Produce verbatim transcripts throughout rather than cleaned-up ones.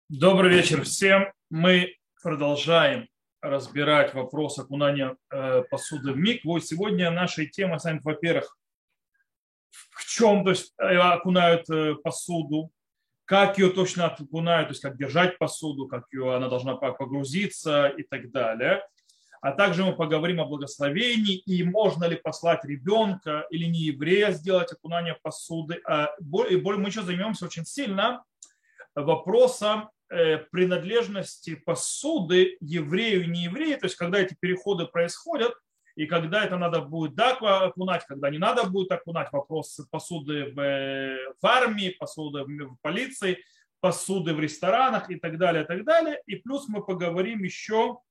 Добрый вечер всем. Мы продолжаем разбирать вопрос окунания э, посуды в микву. И сегодня наша тема, самое, во-первых, в чем, то есть, э, окунают э, посуду, как ее точно окунают, то есть как держать посуду, как ее, она должна погрузиться и так далее. А также мы поговорим о благословении и можно ли послать ребенка или не еврея сделать окунание посуды. А более, мы еще займемся очень сильно вопросом принадлежности посуды еврею и не еврею, то есть когда эти переходы происходят, и когда это надо будет да, окунать, когда не надо будет окунать, вопрос посуды в, в армии, посуды в полиции, посуды в ресторанах и так далее, и так далее. И плюс мы поговорим еще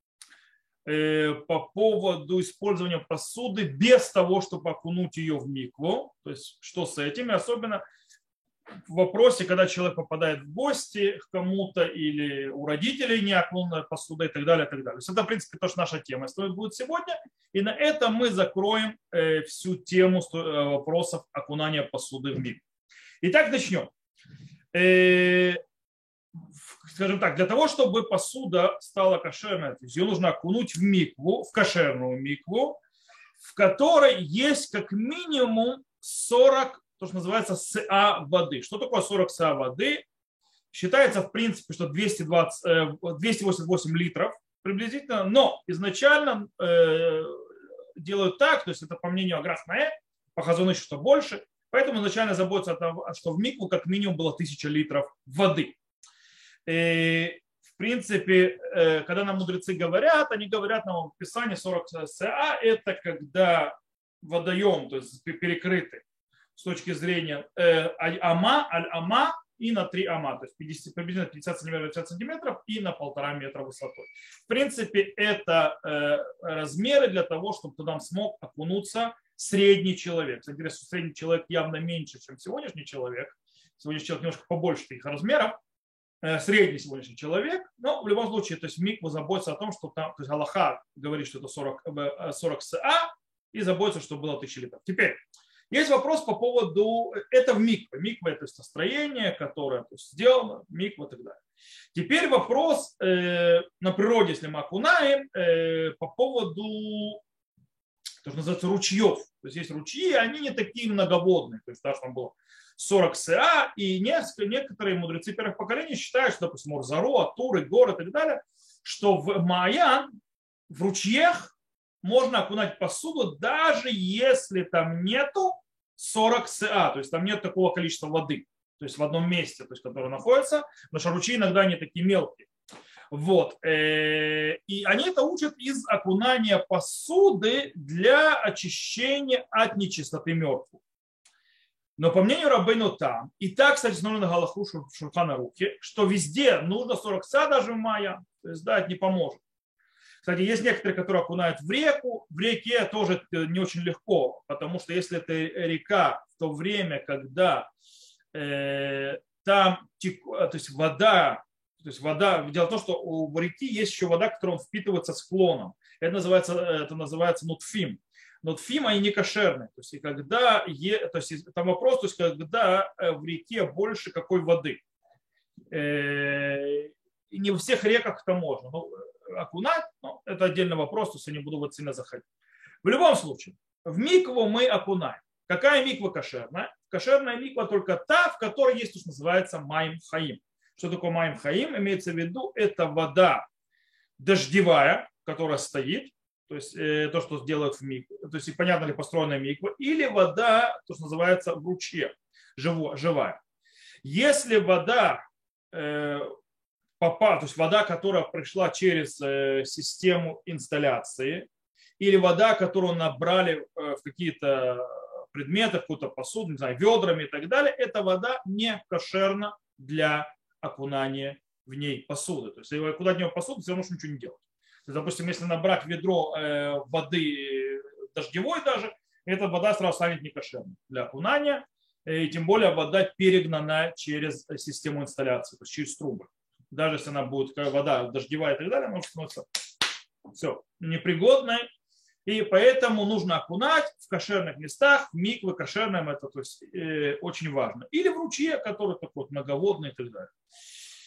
по поводу использования посуды без того, чтобы окунуть ее в микву, то есть что с этим, и особенно в вопросе, когда человек попадает в гости к кому-то или у родителей не окунутая посуда и так далее, и так далее. То есть это, в принципе, тоже наша тема будет сегодня. И на этом мы закроем всю тему вопросов окунания посуды в микву. Итак, начнем. Скажем так, для того, чтобы посуда стала кошерной, то есть ее нужно окунуть в микву, в кошерную микву, в которой есть как минимум сорок, то, что называется СА воды. Что такое сорок СА воды? Считается, в принципе, что двести двадцать, двести восемьдесят восемь литров приблизительно, но изначально э, делают так, то есть это по мнению Аграф-Наэ, по Хазону еще что больше, поэтому изначально заботятся о том, что в микву как минимум было тысяча литров воды. И, в принципе, э, когда нам мудрецы говорят, они говорят нам в Писании сорок СА, это когда водоем, то есть перекрытый, с точки зрения э, аль-ама, аль-ама и на три ама, то есть пятьдесят, приблизительно пятьдесят сантиметров, пятьдесят сантиметров и на полтора метра высотой. В принципе, это э, размеры для того, чтобы туда смог окунуться средний человек. Интересно, средний человек явно меньше, чем сегодняшний человек. Сегодняшний человек немножко побольше их размеров. Э, средний сегодняшний человек, но в любом случае, то есть миква заботится о том, что там, то есть Галаха говорит, что это сорок, сорок СА, и заботится, чтобы было тысяча литров. Теперь, есть вопрос по поводу, это в микве. Миква – это строение, которое то есть, сделано, миква и так далее. Теперь вопрос э, на природе, если мы окунаем, э, по поводу, то, что называется, ручьев. То есть есть ручьи, они не такие многоводные. То есть даже там было сорок СА, и некоторые мудрецы первых поколений считают, что, допустим, Морзаро, Атур, Гор и так далее, что в Маян, в ручьях, можно окунать посуду, даже если там нету сорок СА, то есть там нет такого количества воды, то есть в одном месте, то есть, которое находится, потому что ручьи иногда не такие мелкие. Вот. И они это учат из окунания посуды для очищения от нечистоты мертвых. Но по мнению Рабейну Там, и так, кстати, смотрю на Галаху в Шулхан Арухе, что везде нужно сорок СА даже в мая, то есть да, это не поможет. Кстати, есть некоторые, которые окунают в реку. В реке тоже не очень легко, потому что если это река в то время, когда э, там тек, то есть вода, то есть вода, дело в том, что у реки есть еще вода, которая впитывается склоном. Это называется, это называется нутфим. Нутфим, они не кошерные. То есть, и когда, то есть, там вопрос, то есть, когда в реке больше какой воды. Э, и не во всех реках это можно. Но, окунать, но это отдельный вопрос, то есть я не буду вот сильно заходить. В любом случае, в микву мы окунаем. Какая миква кошерная? Кошерная миква только та, в которой есть то, что называется майм хаим. Что такое майм хаим? Имеется в виду, это вода дождевая, которая стоит, то есть э, то, что делают в микве, то есть понятно ли построенная миква, или вода, то, что называется в ручье, живо, живая. Если вода э, попала, то есть вода, которая пришла через э, систему инсталляции, или вода, которую набрали э, в какие-то предметы, в какую-то посуду, не знаю, ведрами и так далее, эта вода не кошерна для окунания в ней посуды. То есть, если окунать в нее посуду, все равно нужно ничего не делать. То есть, допустим, если набрать ведро э, воды дождевой даже, эта вода сразу станет некошерной для окунания, и тем более вода перегнана через систему инсталляции, то есть через трубы. Даже если она будет вода дождевая и так далее, она может становиться все непригодной. И поэтому нужно окунать в кошерных местах, в миквы кошерным, это то есть, э, очень важно. Или в ручье, который такой вот многоводный и так далее.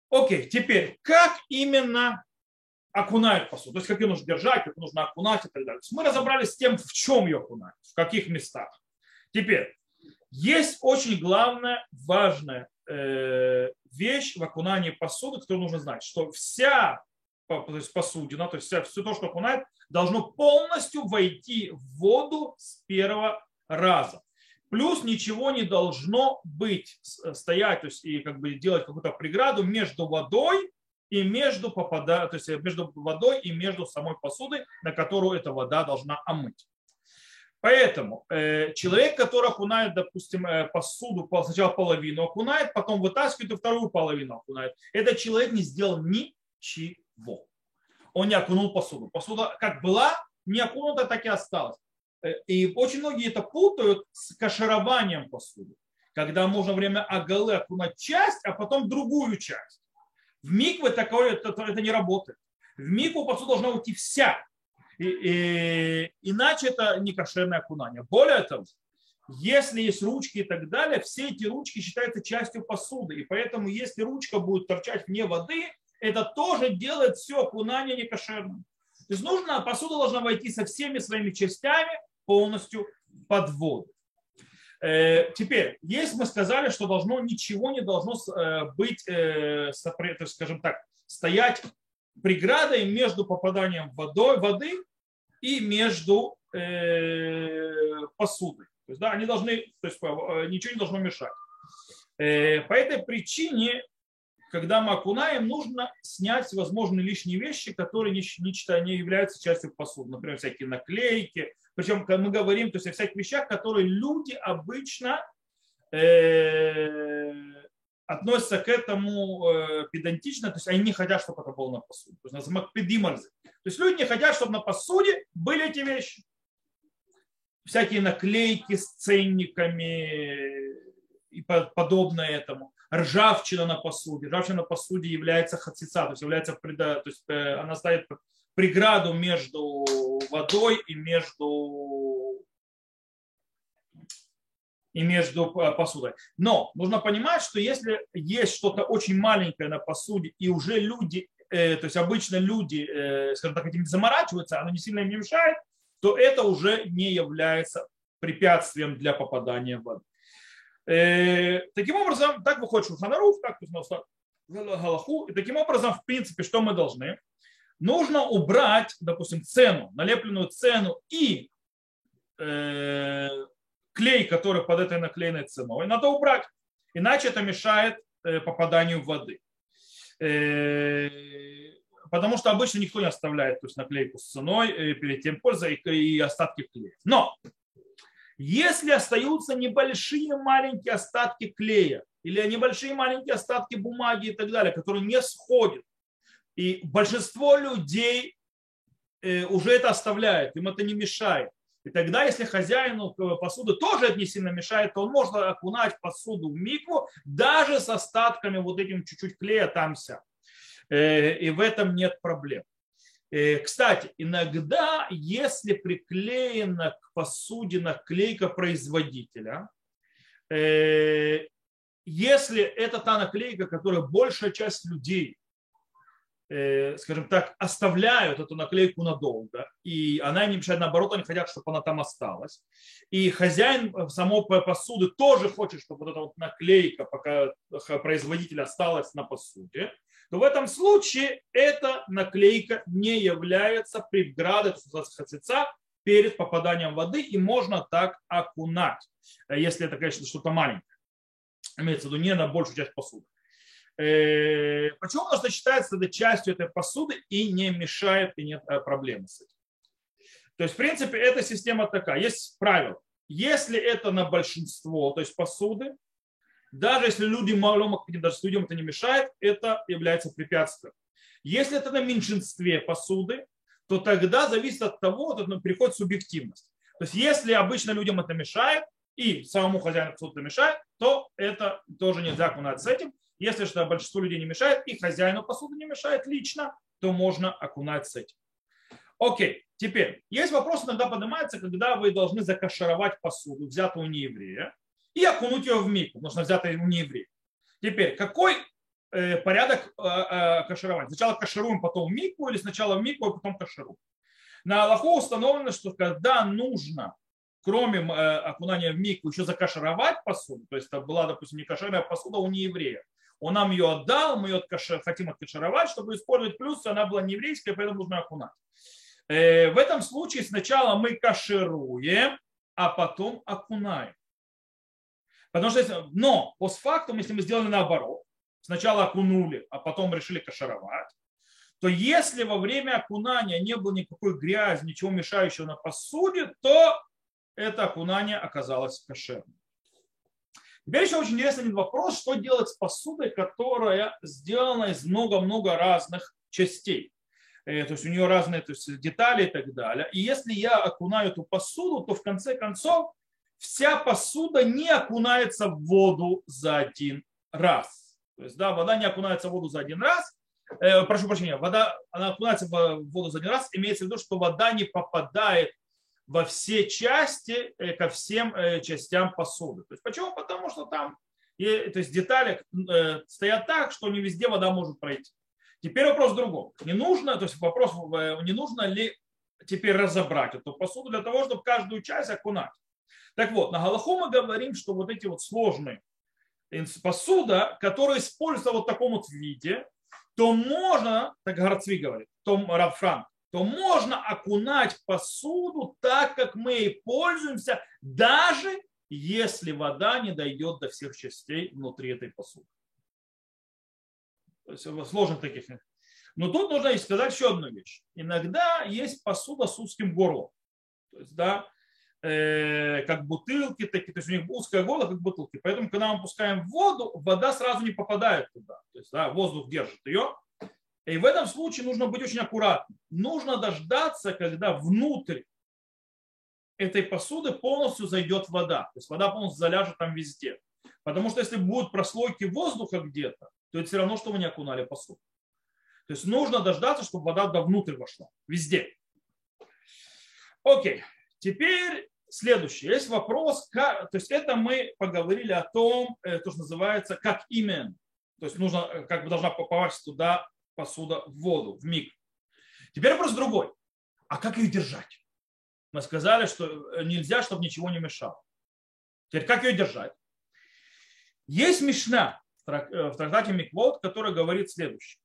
Окей, теперь, как именно окунают посуду? То есть, как ее нужно держать, как нужно окунать и так далее. Мы разобрались с тем, в чем ее окунают, в каких местах. Теперь, есть очень главная, важная э, вещь в окунании посуды, которую нужно знать, что вся то есть посудина, то есть вся, все то, что окунает, должно полностью войти в воду с первого раза. Плюс ничего не должно быть, стоять, то есть и как бы делать какую-то преграду между водой и между попада, то есть между водой и между самой посудой, на которую эта вода должна омыть. Поэтому э, человек, который окунает, допустим, э, посуду, сначала половину окунает, потом вытаскивает и вторую половину окунает, этот человек не сделал ничего. Он не окунул посуду. Посуда как была, не окунута, так и осталась. И очень многие это путают с кашированием посуды, когда можно во время агалы окунать часть, а потом другую часть. В микве такое это, это не работает. В микву посуда должна уйти вся. И, и, иначе это не кошерное окунание. Более того, если есть ручки и так далее, все эти ручки считаются частью посуды. И поэтому, если ручка будет торчать вне воды, это тоже делает все окунание некошерным. То есть нужно, посуда должна войти со всеми своими частями полностью под воду. Э, теперь, если мы сказали, что должно, ничего не должно э, быть, э, сопре, то есть, скажем так, стоять преградой между попаданием водой, воды и между э, посудой. То есть, да, они должны, то есть, ничего не должно мешать. Э, по этой причине, когда мы окунаем, нужно снять всевозможные лишние вещи, которые не, не, не являются частью посуды. Например, всякие наклейки. Причем, когда мы говорим, то есть о всяких вещах, которые люди обычно э, относятся к этому э, педантично, то есть они не хотят, чтобы это было на посуде. То есть, то есть люди не хотят, чтобы на посуде были эти вещи. Всякие наклейки с ценниками и подобное этому. Ржавчина на посуде. Ржавчина на посуде является хацица, то есть, является, то есть она ставит преграду между водой и между, и между посудой. Но нужно понимать, что если есть что-то очень маленькое на посуде, и уже люди, э, то есть обычно люди, э, скажем так, этим заморачиваются, оно не сильно им не мешает, то это уже не является препятствием для попадания в воду. Таким образом, так выходит Шулхан Арух, так Галаху. И таким образом, в принципе, что мы должны? Нужно убрать, допустим, цену, налепленную цену и э, клей, который под этой наклеенной ценой, надо убрать. Иначе это мешает э, попаданию воды. Э, потому что обычно никто не оставляет, то есть, наклейку с ценой э, перед тем пользой и, и остатки клея. Но если остаются небольшие маленькие остатки клея или небольшие маленькие остатки бумаги и так далее, которые не сходят, и большинство людей уже это оставляет, им это не мешает. И тогда, если хозяину посуды тоже это не сильно мешает, то он может окунать посуду в микву даже с остатками вот этим чуть-чуть клея там-ся. И в этом нет проблем. Кстати, иногда, если приклеена к посуде наклейка производителя, если это та наклейка, которую большая часть людей, скажем так, оставляют эту наклейку надолго, и она им не мешает, наоборот, они хотят, чтобы она там осталась, и хозяин самой посуды тоже хочет, чтобы вот эта вот наклейка пока производителя осталась на посуде, то в этом случае эта наклейка не является преградой хацица перед попаданием воды, и можно так окунать, если это, конечно, что-то маленькое. Имеется в виду не на большую часть посуды. Почему у нас считается это частью этой посуды и не мешает, и нет проблемы с этим? То есть, в принципе, эта система такая. Есть правило. Если это на большинство, то есть посуды, даже если люди мало, даже людям это не мешает, это является препятствием. Если это на меньшинстве посуды, то тогда зависит от того, то приходит субъективность. То есть если обычно людям это мешает, и самому хозяину посуды это мешает, то это тоже нельзя окунать с этим. Если что большинству людей не мешает, и хозяину посуды не мешает лично, то можно окунать с этим. Окей, теперь, есть вопрос, иногда поднимается, когда вы должны закашировать посуду, взятую у нееврея, и окунуть ее в микву, потому что взятая у нееврея. Теперь, какой порядок каширования. Сначала кашируем, потом микву, или сначала микву, а потом кашируем. На Аллаху установлено, что когда нужно, кроме окунания в микву, еще закашировать посуду, то есть это была, допустим, не кошерная посуда у нееврея, он нам ее отдал, мы ее откашер, хотим откашировать, чтобы использовать плюс, она была не еврейская, поэтому нужно окунать. В этом случае сначала мы кашируем, а потом окунаем. Потому что, но постфактум, если мы сделали наоборот, сначала окунули, а потом решили кашировать, то если во время окунания не было никакой грязи, ничего мешающего на посуде, то это окунание оказалось кошерным. Теперь еще очень интересный вопрос, что делать с посудой, которая сделана из много-много разных частей. То есть у нее разные, то есть, детали и так далее. И если я окунаю эту посуду, то в конце концов вся посуда не окунается в воду за один раз. То есть, да, вода не окунается в воду за один раз. Э, прошу прощения, вода она окунается в воду за один раз. Имеется в виду, что вода не попадает во все части, э, ко всем э, частям посуды. То есть, почему? Потому что там э, то есть, детали э, стоят так, что не везде вода может пройти. Теперь вопрос в другом. Не нужно, то есть вопрос, не нужно ли теперь разобрать эту посуду для того, чтобы каждую часть окунать. Так вот, на Галаху мы говорим, что вот эти вот сложные посуда, которая используется вот в таком вот виде, то можно, так Гарцви говорит, то Рав Франк, то можно окунать посуду так, как мы ей пользуемся, даже если вода не дойдет до всех частей внутри этой посуды. То есть сложных таких. Но тут нужно сказать еще одну вещь. Иногда есть посуда с узким горлом. То есть, да, э, как бутылки, такие, то есть у них узкое горло, как бутылки. Поэтому, когда мы пускаем в воду, вода сразу не попадает туда. То есть, да, воздух держит ее. И в этом случае нужно быть очень аккуратным. Нужно дождаться, когда внутрь этой посуды полностью зайдет вода. То есть вода полностью заляжет там везде. Потому что если будут прослойки воздуха где-то, то это все равно, что вы не окунали посуду. То есть нужно дождаться, чтобы вода довнутрь вошла. Везде. Окей. Теперь следующее. Есть вопрос. Как, то есть это мы поговорили о том, то, что называется, как именно. То есть нужно, как бы должна попасть туда посуда в воду, в миг. Теперь вопрос другой. А как ее держать? Мы сказали, что нельзя, чтобы ничего не мешало. Теперь как ее держать? Есть мишна в трактате Миквот, который говорит следующее.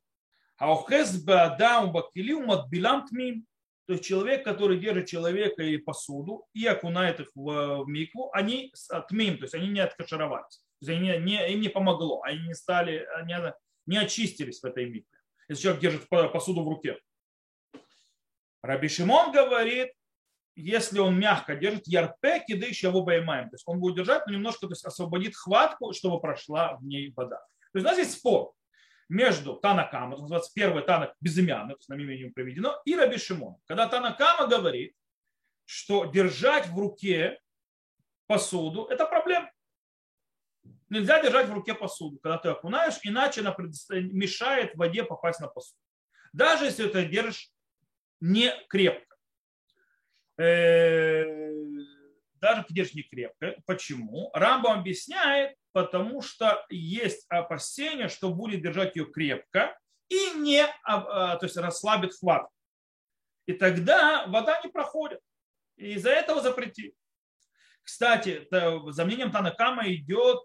То есть человек, который держит человека и посуду и окунает их в микву, они отмим, то есть они не откашировались. То есть они не, им не помогло, они не стали, они не очистились в этой микве. Если человек держит посуду в руке. Раби Шимон говорит, если он мягко держит, ярпе кидыш его баймаем. То есть он будет держать, но немножко, то есть, освободит хватку, чтобы прошла в ней вода. То есть у нас есть спор между Танакама, это называется первый Танак безымянный, то есть на имя приведено, и Раби Шимон. Когда Танакама говорит, что держать в руке посуду – это проблема. Нельзя держать в руке посуду, когда ты окунаешь, иначе она мешает воде попасть на посуду. Даже если ты держишь не крепко. Даже ты держишь не крепко. Почему? Рамбам объясняет, потому что есть опасение, что будет держать ее крепко и не, то есть расслабит хватку. И тогда вода не проходит. И из-за этого запретили. Кстати, за мнением Танакама идет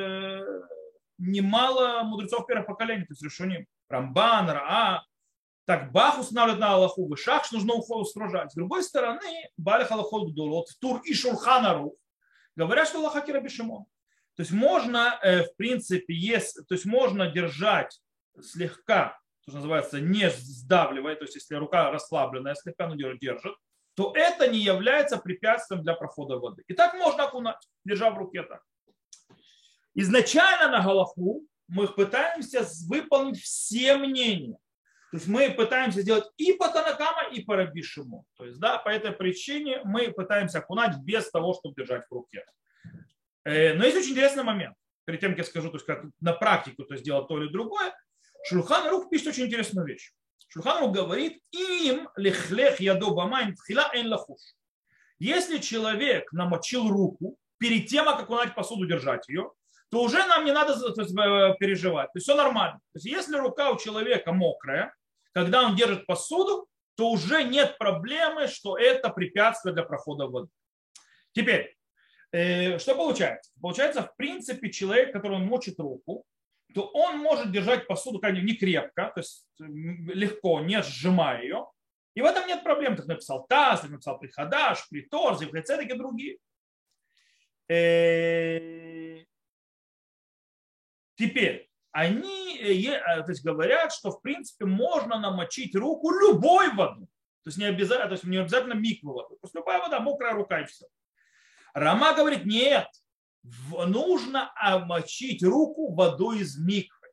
немало мудрецов первых поколений, то есть решение Рамбан, Раа. Так Бах устанавливает на Аллаху, Вышах нужно устражать. С другой стороны, Балих Аллахот Гдулот, Тур и Шулхан Арух говорят, что Аллаха Раби Шимон. То есть можно, в принципе, есть, то есть можно держать слегка, что называется, не сдавливая, то есть если рука расслабленная, слегка но держит, то это не является препятствием для прохода воды. И так можно окунать, держа в руке так. Изначально на Галаху мы пытаемся выполнить все мнения. То есть мы пытаемся сделать и по Танакама, и по Раби Шимон. То есть, да, по этой причине мы пытаемся окунать без того, чтобы держать в руке. Но есть очень интересный момент. Перед тем, как я скажу, то есть как на практику то есть делать то или другое, Шульхан Арух пишет очень интересную вещь. Шульхан Арух говорит, им лехлех ядо бамайм тхила эйн лахуш. Если человек намочил руку перед тем, как окунать посуду, держать ее, то уже нам не надо то есть, переживать. То есть все нормально. То есть если рука у человека мокрая, когда он держит посуду, то уже нет проблемы, что это препятствие для прохода воды. Теперь, э, что получается? Получается, в принципе, человек, который мочит руку, то он может держать посуду не крепко, то есть легко, не сжимая ее. И в этом нет проблем. Так написал Таз, так написал Прихадаш, Притор, Зевхецедек и другие. Э, теперь, они то есть, говорят, что в принципе можно намочить руку любой водой. То есть не обязательно, то есть не обязательно микву воду. То есть любая вода, мокрая рука и все. Рама говорит, нет, нужно омочить руку водой из миквы.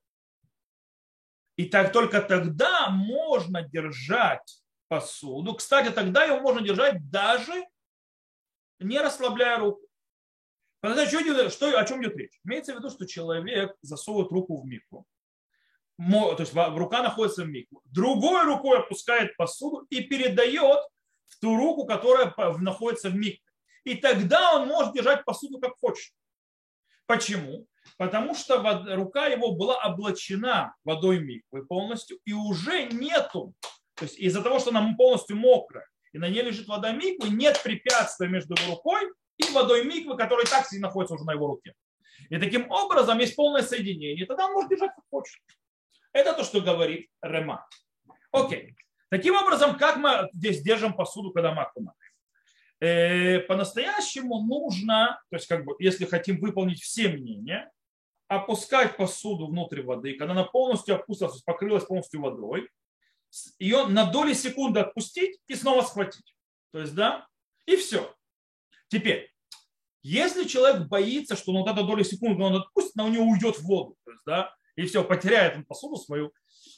И так, только тогда можно держать посуду. Кстати, тогда ее можно держать даже не расслабляя руку. Что, что, о чем идет речь? Имеется в виду, что человек засовывает руку в микву. То есть рука находится в микву. Другой рукой опускает посуду и передает в ту руку, которая находится в микве. И тогда он может держать посуду как хочет. Почему? Потому что рука его была облачена водой миквы полностью, и уже нету, то есть из-за того, что она полностью мокрая, и на ней лежит вода миквы, нет препятствия между его рукой и водой миквы, которая и так находится уже на его руке. И таким образом есть полное соединение, и тогда он может держать как хочет. Это то, что говорит Рема. Окей. Таким образом, как мы здесь держим посуду, когда мы окунаем? По-настоящему нужно, то есть как бы, если хотим выполнить все мнения, опускать посуду внутрь воды, когда она полностью опустилась, покрылась полностью водой, ее на доли секунды отпустить и снова схватить. То есть, да, и все. Теперь, если человек боится, что ну, вот эта доля секунды он отпустит, она у него уйдет в воду, то есть, да, и все, потеряет он посуду свою,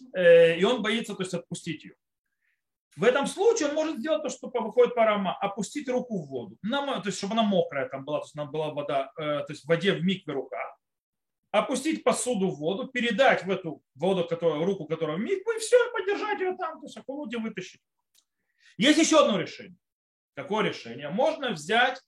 и он боится, то есть, отпустить ее. В этом случае он может сделать то, что выходит по Рама, опустить руку в воду, то есть, чтобы она мокрая там была, то есть, она была вода, то есть, в воде в микве рука, опустить посуду в воду, передать в эту воду, которая, руку, которая в микву, и все, и поддержать ее там, то есть, окунуть и вытащить. Есть еще одно решение. Какое решение? Можно взять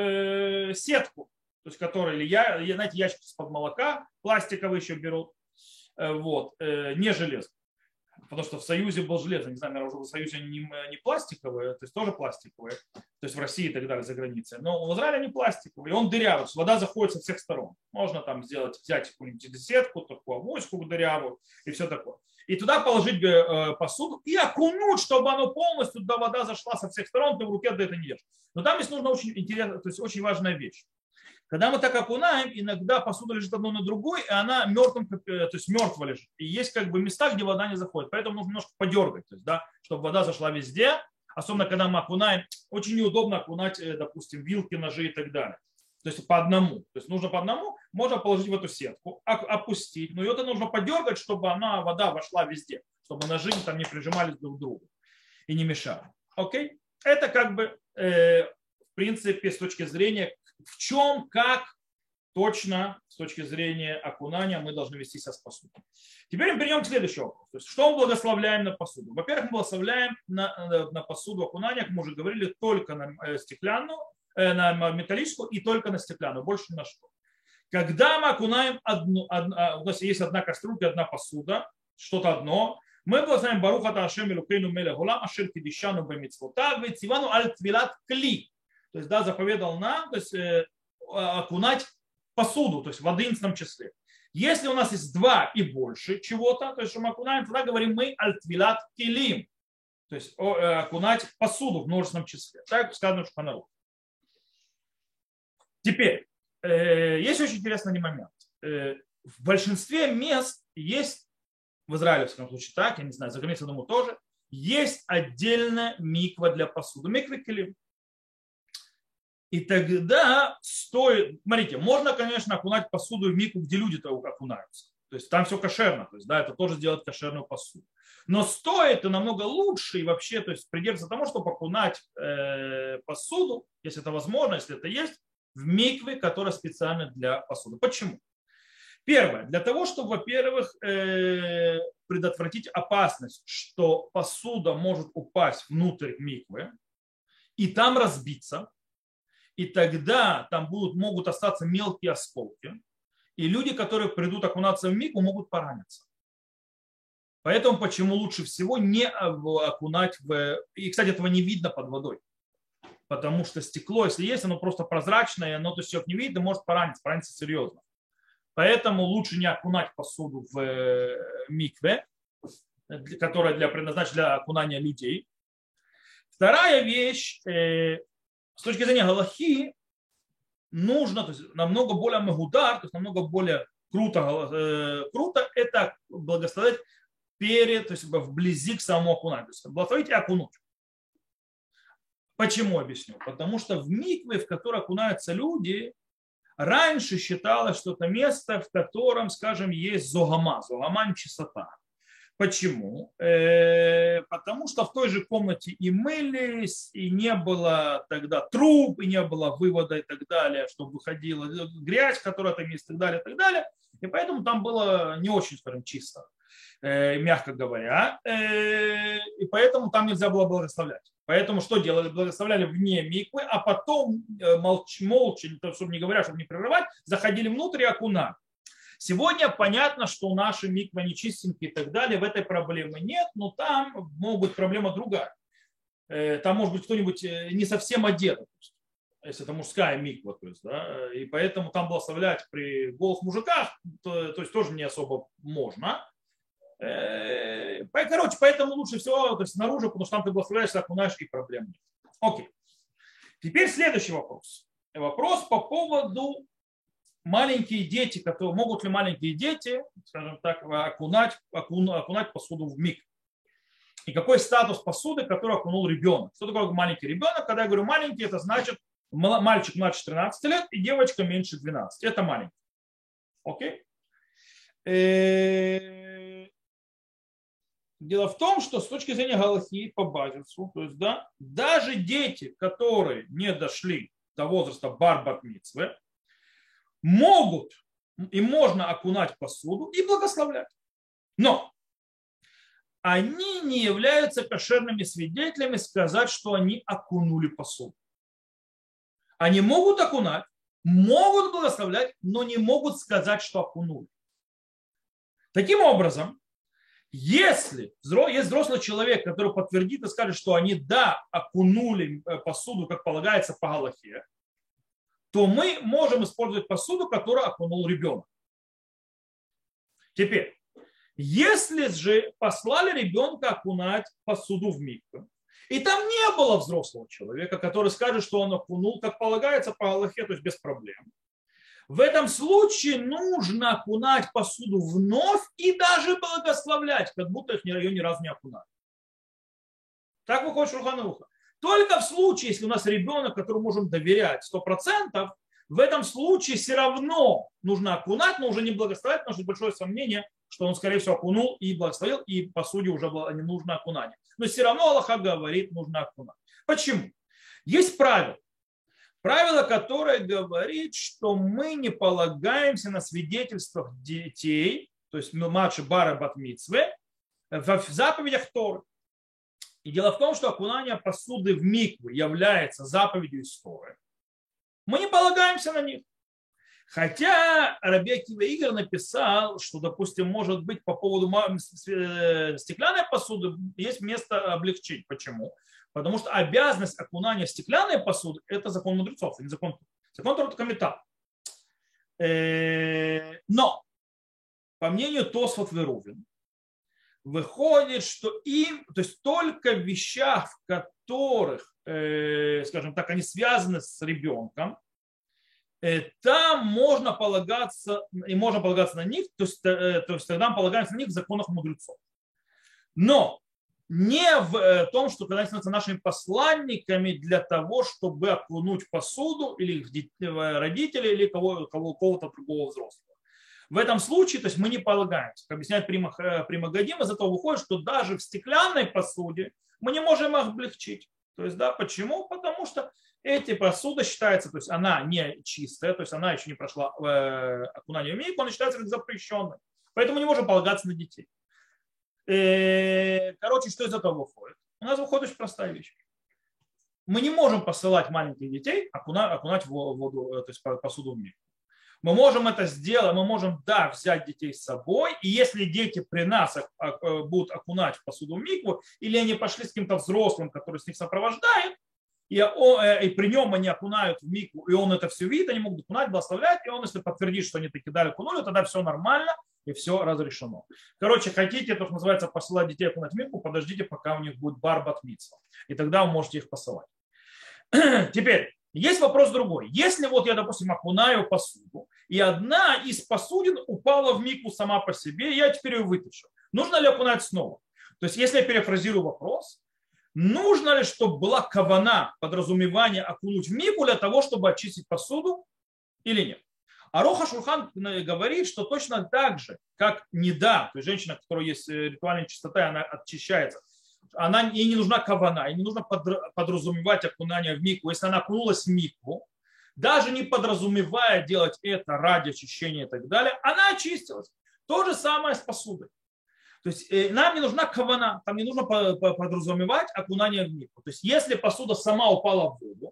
э, сетку, то есть, которая, или я, знаете, ящик из-под молока, пластиковый еще берут, э, вот, э, не железный. Потому что в Союзе был железный, не знаю, наверное, уже в Союзе не, не пластиковые, то есть тоже пластиковые, то есть в России и так далее, за границей. Но в Израиле они пластиковые, и он дырявый, вода заходит со всех сторон. Можно там сделать, взять какую-нибудь сетку, такую авоську дырявую и все такое. И туда положить посуду и окунуть, чтобы оно полностью, туда вода зашла со всех сторон, ты в руке до этого не держишь. Но там есть нужна очень интересная, то есть очень важная вещь. Когда мы так окунаем, иногда посуда лежит одно на другой, и она мертвым, то есть мертво лежит. И есть как бы места, где вода не заходит. Поэтому нужно немножко подергать, то есть, да, чтобы вода зашла везде. Особенно, когда мы окунаем, очень неудобно окунать, допустим, вилки, ножи и так далее. То есть по одному. То есть нужно по одному, можно положить в эту сетку, опустить. Но ее нужно подергать, чтобы она, вода вошла везде. Чтобы ножи там не прижимались друг к другу и не мешали. Окей? Это как бы, э, в принципе, с точки зрения в чем, как точно с точки зрения окунания мы должны вести себя с посудой. Теперь мы перейдем к следующему вопросу. То есть, что мы благословляем на посуду? Во-первых, мы благословляем на, на посуду окунания, как мы уже говорили, только на стеклянную, на металлическую и только на стеклянную, больше ни на что. Когда мы окунаем одну, одна, у нас есть одна кастрюлька, одна посуда, что-то одно, мы благословляем Баруха Таашем Элукейну Мелех Олам Ашер Кидишану Бемицвотав Вецивану Аль Твилат Кли. То есть, да, заповедал нам, то есть, э, окунать посуду, то есть в одиннадцатом числе. Если у нас есть два и больше чего-то, то есть, что мы окунаем, тогда говорим мы альтвилат килим, то есть о, э, окунать посуду в множественном числе. Так сказано в Шухан-Арух. Теперь, э, есть очень интересный момент. Э, в большинстве мест есть, в Израиле, в всяком случае, так, я не знаю, за границей, думаю, тоже, есть отдельная миква для посуды, миква килим. И тогда стоит, смотрите, можно, конечно, окунать посуду в микву, где люди-то окунаются. То есть там все кошерно, то есть, да, это тоже сделать кошерную посуду. Но стоит и намного лучше и вообще, то есть придерживаться тому, чтобы окунать э, посуду, если это возможно, если это есть, в микве, которая специально для посуды. Почему? Первое, для того, чтобы, во-первых, э, предотвратить опасность, что посуда может упасть внутрь миквы и там разбиться. И тогда там будут, могут остаться мелкие осколки. И люди, которые придут окунаться в микву, могут пораниться. Поэтому почему лучше всего не окунать в... И, кстати, этого не видно под водой. Потому что стекло, если есть, оно просто прозрачное, оно то есть человек не видит и может пораниться, пораниться серьезно. Поэтому лучше не окунать посуду в микве, которая для, предназначена для окунания людей. Вторая вещь, э, с точки зрения галахи, нужно, то есть намного более мегудар, то есть намного более круто, э, круто это благословить перед, то есть вблизи к самому окунанию. То есть благословить и окунуть. Почему объясню? Потому что в микве, в которой окунаются люди, раньше считалось, что это место, в котором, скажем, есть зогама, зогама чистота. Почему? Э, потому что в той же комнате и мылись, и не было тогда труб, и не было вывода и так далее, чтобы выходила грязь, которая там есть и так далее, и так далее. И поэтому там было не очень, скажем, чисто, э, мягко говоря. Э, и поэтому там нельзя было благословлять. Поэтому что делали? Благословляли вне миквы, а потом молча, молча, чтобы не говоря, чтобы не прерывать, заходили внутрь и окунали. Сегодня понятно, что наши миквы не чистенькие и так далее, в этой проблемы нет, но там может быть проблема другая. Там может быть кто-нибудь не совсем одет, если это мужская миква, то есть, да, и поэтому там благословлять при голых мужиках, то, то есть тоже не особо можно. Короче, поэтому лучше всего то есть, снаружи, потому что там ты благословляешься, окунаешь, и проблем нет. Окей. Теперь следующий вопрос. Вопрос по поводу маленькие дети, которые могут ли маленькие дети, скажем так, окунать, окун, окунать посуду в мик. И какой статус посуды, который окунул ребенок. Что такое маленький ребенок? Когда я говорю маленький, это значит мальчик младше тринадцати лет и девочка меньше двенадцати. Это маленький. Окей? Дело в том, что с точки зрения галахи по базису, то есть, да, даже дети, которые не дошли до возраста бар-бат мицвы, могут и можно окунать посуду и благословлять. Но они не являются кошерными свидетелями сказать, что они окунули посуду. Они могут окунать, могут благословлять, но не могут сказать, что окунули. Таким образом, если есть взрослый человек, который подтвердит и скажет, что они, да, окунули посуду, как полагается по галахе, то мы можем использовать посуду, которую окунул ребенок. Теперь, если же послали ребенка окунать посуду в микву, и там не было взрослого человека, который скажет, что он окунул, как полагается по галахе, то есть без проблем, в этом случае нужно окунать посуду вновь и даже благословлять, как будто их ее ни разу не окунали. Так выходит Шулхан Арух. Только в случае, если у нас ребенок, которому можем доверять сто процентов, в этом случае все равно нужно окунать, но уже не благословлять, потому что большое сомнение, что он, скорее всего, окунул и благословил, и посуде уже было не нужно окунание. Но все равно Аллаха говорит, нужно окунать. Почему? Есть правило. Правило, которое говорит, что мы не полагаемся на свидетельствах детей, то есть младше бара бат мицвы, в заповедях Торы. И дело в том, что окунание посуды в микву является заповедью из Торы. Мы не полагаемся на них. Хотя Раби Акива Игор написал, что, допустим, может быть по поводу стеклянной посуды есть место облегчить. Почему? Потому что обязанность окунания стеклянной посуды – это закон мудрецов, а не закон, закон только металл. Но, по мнению Тосфот Верувин, выходит, что им, то есть только в вещах, в которых, скажем так, они связаны с ребенком, там можно полагаться, и можно полагаться на них, то есть, то есть тогда мы полагаемся на них в законах мудрецов. Но не в том, что когда они становятся нашими посланниками для того, чтобы окунуть посуду или родителей, или кого, кого, кого-то другого взрослого. В этом случае, то есть мы не полагаемся. Как объясняет Примагадим, из этого выходит, что даже в стеклянной посуде мы не можем их облегчить. То есть, да, почему? Потому что эти посуда считается, то есть она не чистая, то есть она еще не прошла э, окунание в микву, она считается как запрещенной. Поэтому не можем полагаться на детей. Короче, что из этого выходит? У нас выходит очень простая вещь. Мы не можем посылать маленьких детей окунать, окунать в воду, то есть посуду в микву. Мы можем это сделать, мы можем, да, взять детей с собой, и если дети при нас будут окунать в посуду в микву, или они пошли с каким-то взрослым, который с них сопровождает, и, он, и при нем они окунают в микву, и он это все видит, они могут окунать, благословлять, и он, если подтвердит, что они таки дали окунули, тогда все нормально, и все разрешено. Короче, хотите, то, что называется, посылать детей окунать в микву, подождите, пока у них будет бар бат мицва, и тогда вы можете их посылать. Теперь, есть вопрос другой. Если вот я, допустим, окунаю посуду, и одна из посудин упала в микву сама по себе, я теперь ее вытащу. Нужно ли окунать снова? То есть, если я перефразирую вопрос, нужно ли, чтобы была кавана, подразумевание окунуть в микву для того, чтобы очистить посуду или нет? Арух ха-Шульхан говорит, что точно так же, как неда, то есть женщина, у которой есть ритуальная чистота, она очищается, она, ей не нужна кавана, ей не нужно подразумевать окунание в микву. Если она окунулась в микву, даже не подразумевая делать это ради очищения и так далее, она очистилась. То же самое с посудой. То есть нам не нужна кавана, там не нужно подразумевать окунание в микву. То есть если посуда сама упала в воду,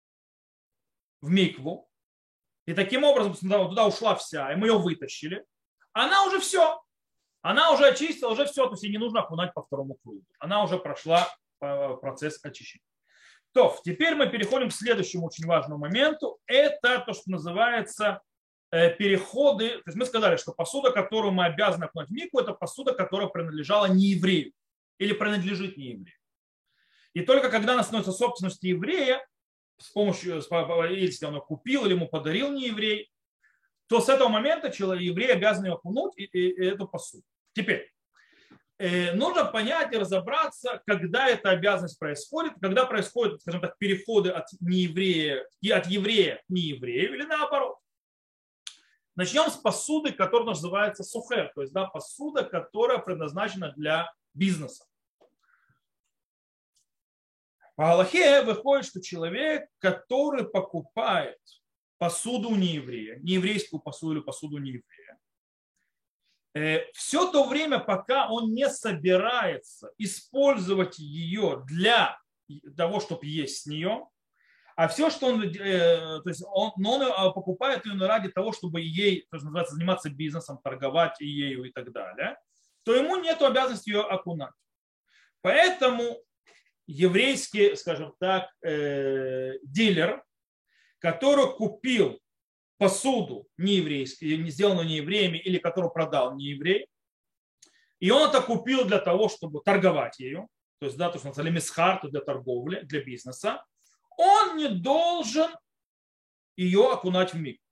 в микву, и таким образом туда ушла вся, и мы ее вытащили, она уже все. Она уже очистила, уже все, то есть ей не нужно окунать по второму кругу. Она уже прошла процесс очищения. То, теперь мы переходим к следующему очень важному моменту. Это то, что называется переходы. То есть мы сказали, что посуда, которую мы обязаны окунуть в микву, это посуда, которая принадлежала нееврею или принадлежит нееврею. И только когда она становится собственностью еврея, с помощью, если он ее купил или ему подарил нееврей, то с этого момента человек, еврей обязан ее окунуть и, и, и эту посуду. Теперь, э, нужно понять и разобраться, когда эта обязанность происходит, когда происходят, скажем так, переходы от нееврея, от еврея к нееврею или наоборот. Начнем с посуды, которая называется сухер, то есть да, посуда, которая предназначена для бизнеса. По Аллахе выходит, что человек, который покупает посуду у нееврея, нееврейскую посуду или посуду нееврея, все то время, пока он не собирается использовать ее для того, чтобы есть с нее, а все, что он, то есть он, он покупает ее ради того, чтобы ей, то есть называется, заниматься бизнесом, торговать ею и так далее, то ему нет обязанности ее окунать. Поэтому еврейский, скажем так, э, дилер, который купил посуду нееврейскую, сделанную неевреями, или которую продал нееврей, и он это купил для того, чтобы торговать ею, то есть, да, то, что называется мисхар, для торговли, для бизнеса, он не должен ее окунать в микву.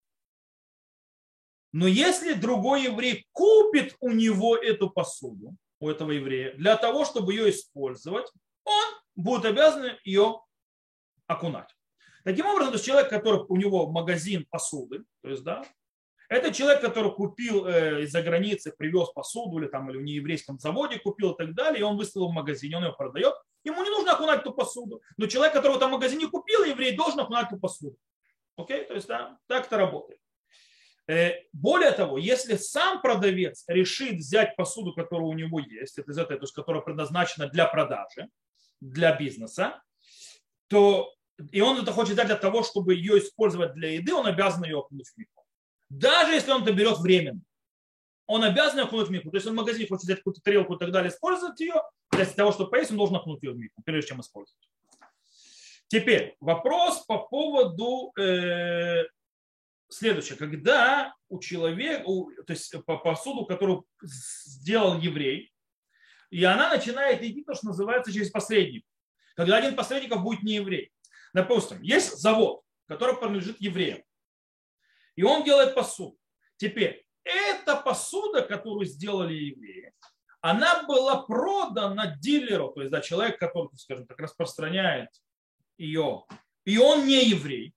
Но если другой еврей купит у него эту посуду, у этого еврея, для того, чтобы ее использовать, он будет обязан ее окунать. Таким образом, то есть человек, который у него магазин посуды, то есть, да, это человек, который купил э, из-за границы, привез посуду или, там, или в нееврейском заводе купил и так далее, и он выставил в магазине, он ее продает. Ему не нужно окунать эту посуду. Но человек, который в этом магазине купил, еврей, должен окунать эту посуду. Окей? То есть, да, так это работает. Э, более того, если сам продавец решит взять посуду, которая у него есть, это из этой, то есть, которая предназначена для продажи, для бизнеса, то и он это хочет взять для того, чтобы ее использовать для еды, он обязан ее окунуть в микву. Даже если он это берет временно, он обязан ее окунуть в микву. То есть он в магазине хочет взять какую-то тарелку и так далее, использовать ее, для того, чтобы поесть, он должен окунуть ее в микву, прежде чем использовать. Теперь вопрос по поводу э, следующего. Когда у человека, у, то есть по посуду, которую сделал еврей, и она начинает идти, то, что называется, через посредников. Когда один из посредников будет не еврей. Допустим, есть завод, который принадлежит евреям, и он делает посуду. Теперь, эта посуда, которую сделали евреи, она была продана дилеру, то есть да, человек, который, скажем так, распространяет ее, и он не еврей.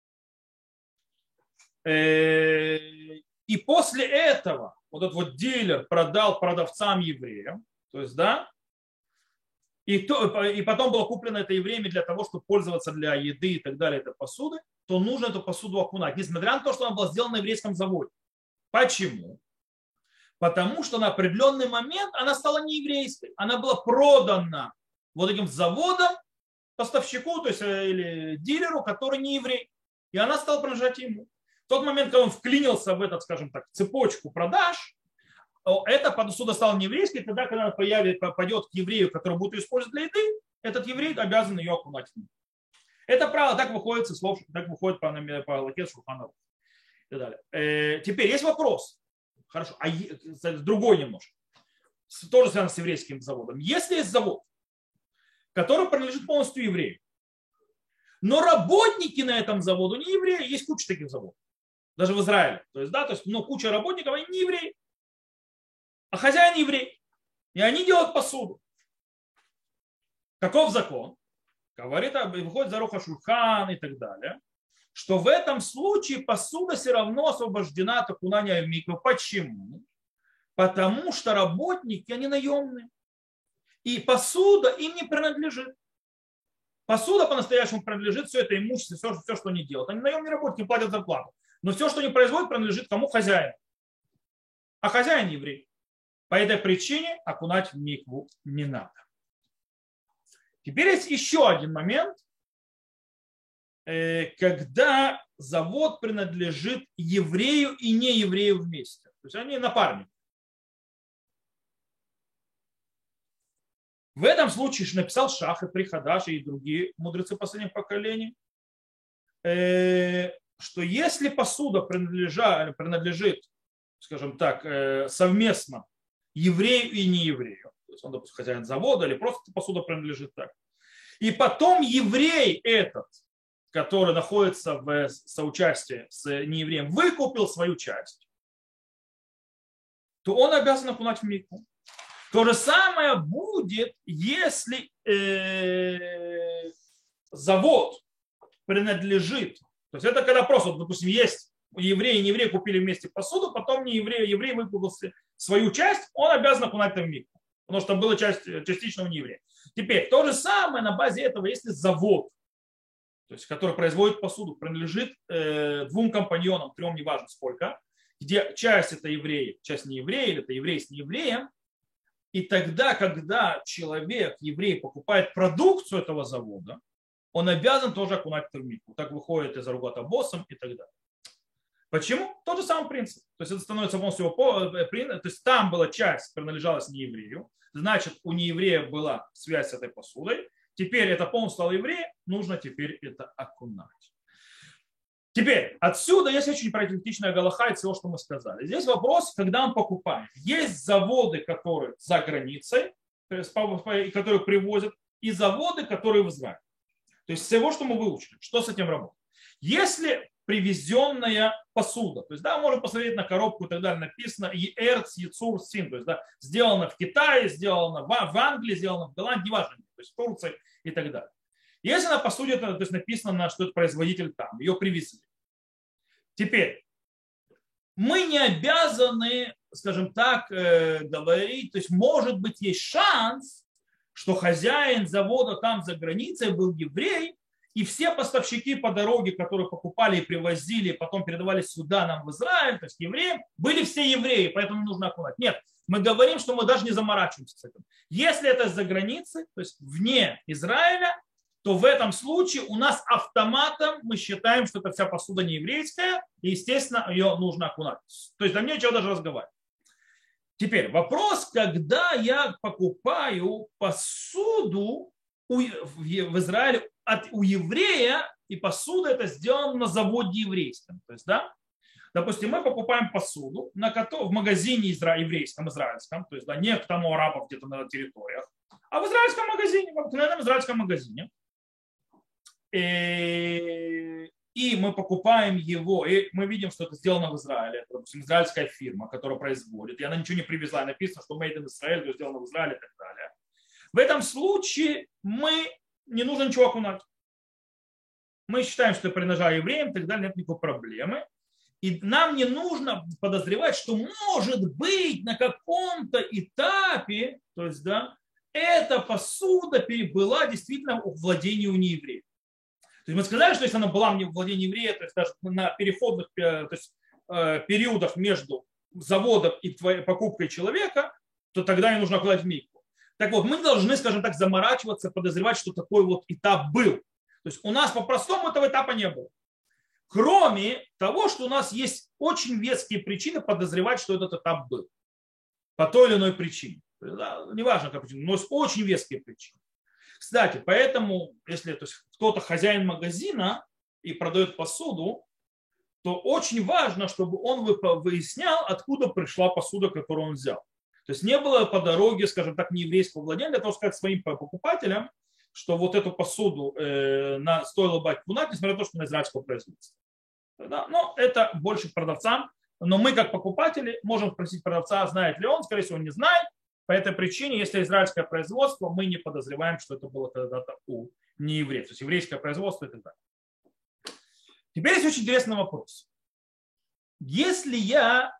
И после этого вот этот вот дилер продал продавцам евреям, то есть, да, И, то, и потом было куплено это евреями для того, чтобы пользоваться для еды и так далее, этой посуды, то нужно эту посуду окунать, несмотря на то, что она была сделана на еврейском заводе. Почему? Потому что на определенный момент она стала не еврейской. Она была продана вот этим заводом, поставщику, то есть или дилеру, который не еврей. И она стала принадлежать ему. В тот момент, когда он вклинился в этот, скажем так, цепочку продаж, эта посуда стала нееврейской, тогда, когда она появится, попадет к еврею, который будет ее использовать для еды, этот еврей обязан ее окунать в них. Это правило так выходит со слов, так выходит по, по Лакет Шулхан Арух и так далее. Э, теперь есть вопрос. Хорошо, а другой немножко. Тоже связан с еврейским заводом. Если есть завод, который принадлежит полностью еврею, но работники на этом заводе не евреи, есть куча таких заводов. Даже в Израиле. То есть, да, то есть, ну, куча работников, они не евреи. А хозяин еврей. И они делают посуду. Каков закон? Говорит, выходит за Руха Шульхан и так далее, что в этом случае посуда все равно освобождена от окунания в микву. Почему? Потому что работники, они наемные. И посуда им не принадлежит. Посуда по-настоящему принадлежит, все это имущество, все, все, что они делают. Они наемные работники, им платят зарплату. Но все, что они производят, принадлежит кому? Хозяину. А хозяин еврей. По этой причине окунать в микву не надо. Теперь есть еще один момент, когда завод принадлежит еврею и не еврею вместе. То есть они напарники. В этом случае написал Шах и Прихадаш и другие мудрецы последних поколений, что если посуда принадлежит, скажем так, совместно еврею и не еврею, то есть он, допустим, хозяин завода или просто посуда принадлежит так, и потом еврей этот, который находится в соучастии с неевреем, выкупил свою часть, то он обязан окунать в микву. То же самое будет, если э, завод принадлежит. То есть это когда просто, допустим, есть евреи и не евреи купили вместе посуду, потом не еврей, еврей выкупил свою часть, он обязан окунать в микву, потому что была часть частично у нееврея. Теперь то же самое на базе этого, если завод, то есть, который производит посуду, принадлежит э, двум компаньонам, трем, неважно сколько, где часть это евреи, часть не евреи, или это еврей с неевреем. И тогда, когда человек, еврей, покупает продукцию этого завода, он обязан тоже окунать в микву. Так выходит из Аругата боссом и так далее. Почему? Тот же самый принцип. То есть это становится полностью, то есть там была часть, принадлежалась нееврею, значит у нееврея была связь с этой посудой, теперь это полностью стал евреем, нужно теперь это окунать. Теперь, отсюда есть очень парадигматичная галаха и всего, что мы сказали. Здесь вопрос, когда мы покупаем. Есть заводы, которые за границей, которые привозят, и заводы, которые в Израиле. То есть всего, что мы выучили, что с этим работать. Если привезенная посуда, то есть, да, можно посмотреть на коробку и так далее, написано Ерц, Яцур, Син, то есть, да, сделано в Китае, сделано в Англии, сделано в Голландии, неважно, то есть в Турции и так далее. Если на посуде, то есть написано, что это производитель там, ее привезли. Теперь, мы не обязаны, скажем так, говорить, то есть может быть есть шанс, что хозяин завода там за границей был еврей, и все поставщики по дороге, которые покупали и привозили, и потом передавали сюда нам в Израиль, то есть евреям, были все евреи, поэтому нужно окунать. Нет, мы говорим, что мы даже не заморачиваемся с этим. Если это за границей, то есть вне Израиля, то в этом случае у нас автоматом мы считаем, что это вся посуда не еврейская, и, естественно, ее нужно окунать. То есть там нечего даже разговаривать. Теперь вопрос, когда я покупаю посуду у, в, в Израиле от, у еврея, и посуда это сделано на заводе еврейском. То есть, да, допустим, мы покупаем посуду на, в магазине изра, еврейском, израильском, то есть, да, не к тому арабов где-то на территориях, а в израильском магазине, в обыкновенном израильском магазине. И, и мы покупаем его, и мы видим, что это сделано в Израиле. Это, допустим, израильская фирма, которая производит, и она ничего не привезла, написано, что made in Israel, то сделано в Израиле и так далее. В этом случае мы не нужно ничего окунать. Мы считаем, что это принадлежало евреям, и так далее, нет никакой проблемы. И нам не нужно подозревать, что может быть на каком-то этапе, то есть, да, эта посуда была действительно в владении у неевреев. То есть мы сказали, что если она была в владении еврея, то есть даже на переходных то есть, периодах между заводом и твоей покупкой человека, то тогда ей нужно окунать в микву. Так вот, мы не должны, скажем так, заморачиваться, подозревать, что такой вот этап был. То есть у нас по-простому этого этапа не было. Кроме того, что у нас есть очень веские причины подозревать, что этот этап был. По той или иной причине. Да, неважно, какая причина, но есть очень веские причины. Кстати, поэтому, если то есть, кто-то хозяин магазина и продает посуду, то очень важно, чтобы он выяснял, откуда пришла посуда, которую он взял. То есть не было по дороге, скажем так, нееврейского владения, для того, чтобы сказать своим покупателям, что вот эту посуду э, на, стоило бы окунать, несмотря на то, что на израильского производства. Да? Но это больше продавцам. Но мы, как покупатели, можем спросить продавца, знает ли он, скорее всего, он не знает. По этой причине, если израильское производство, мы не подозреваем, что это было когда-то у неевреев. То есть еврейское производство и так далее. Теперь есть очень интересный вопрос. Если я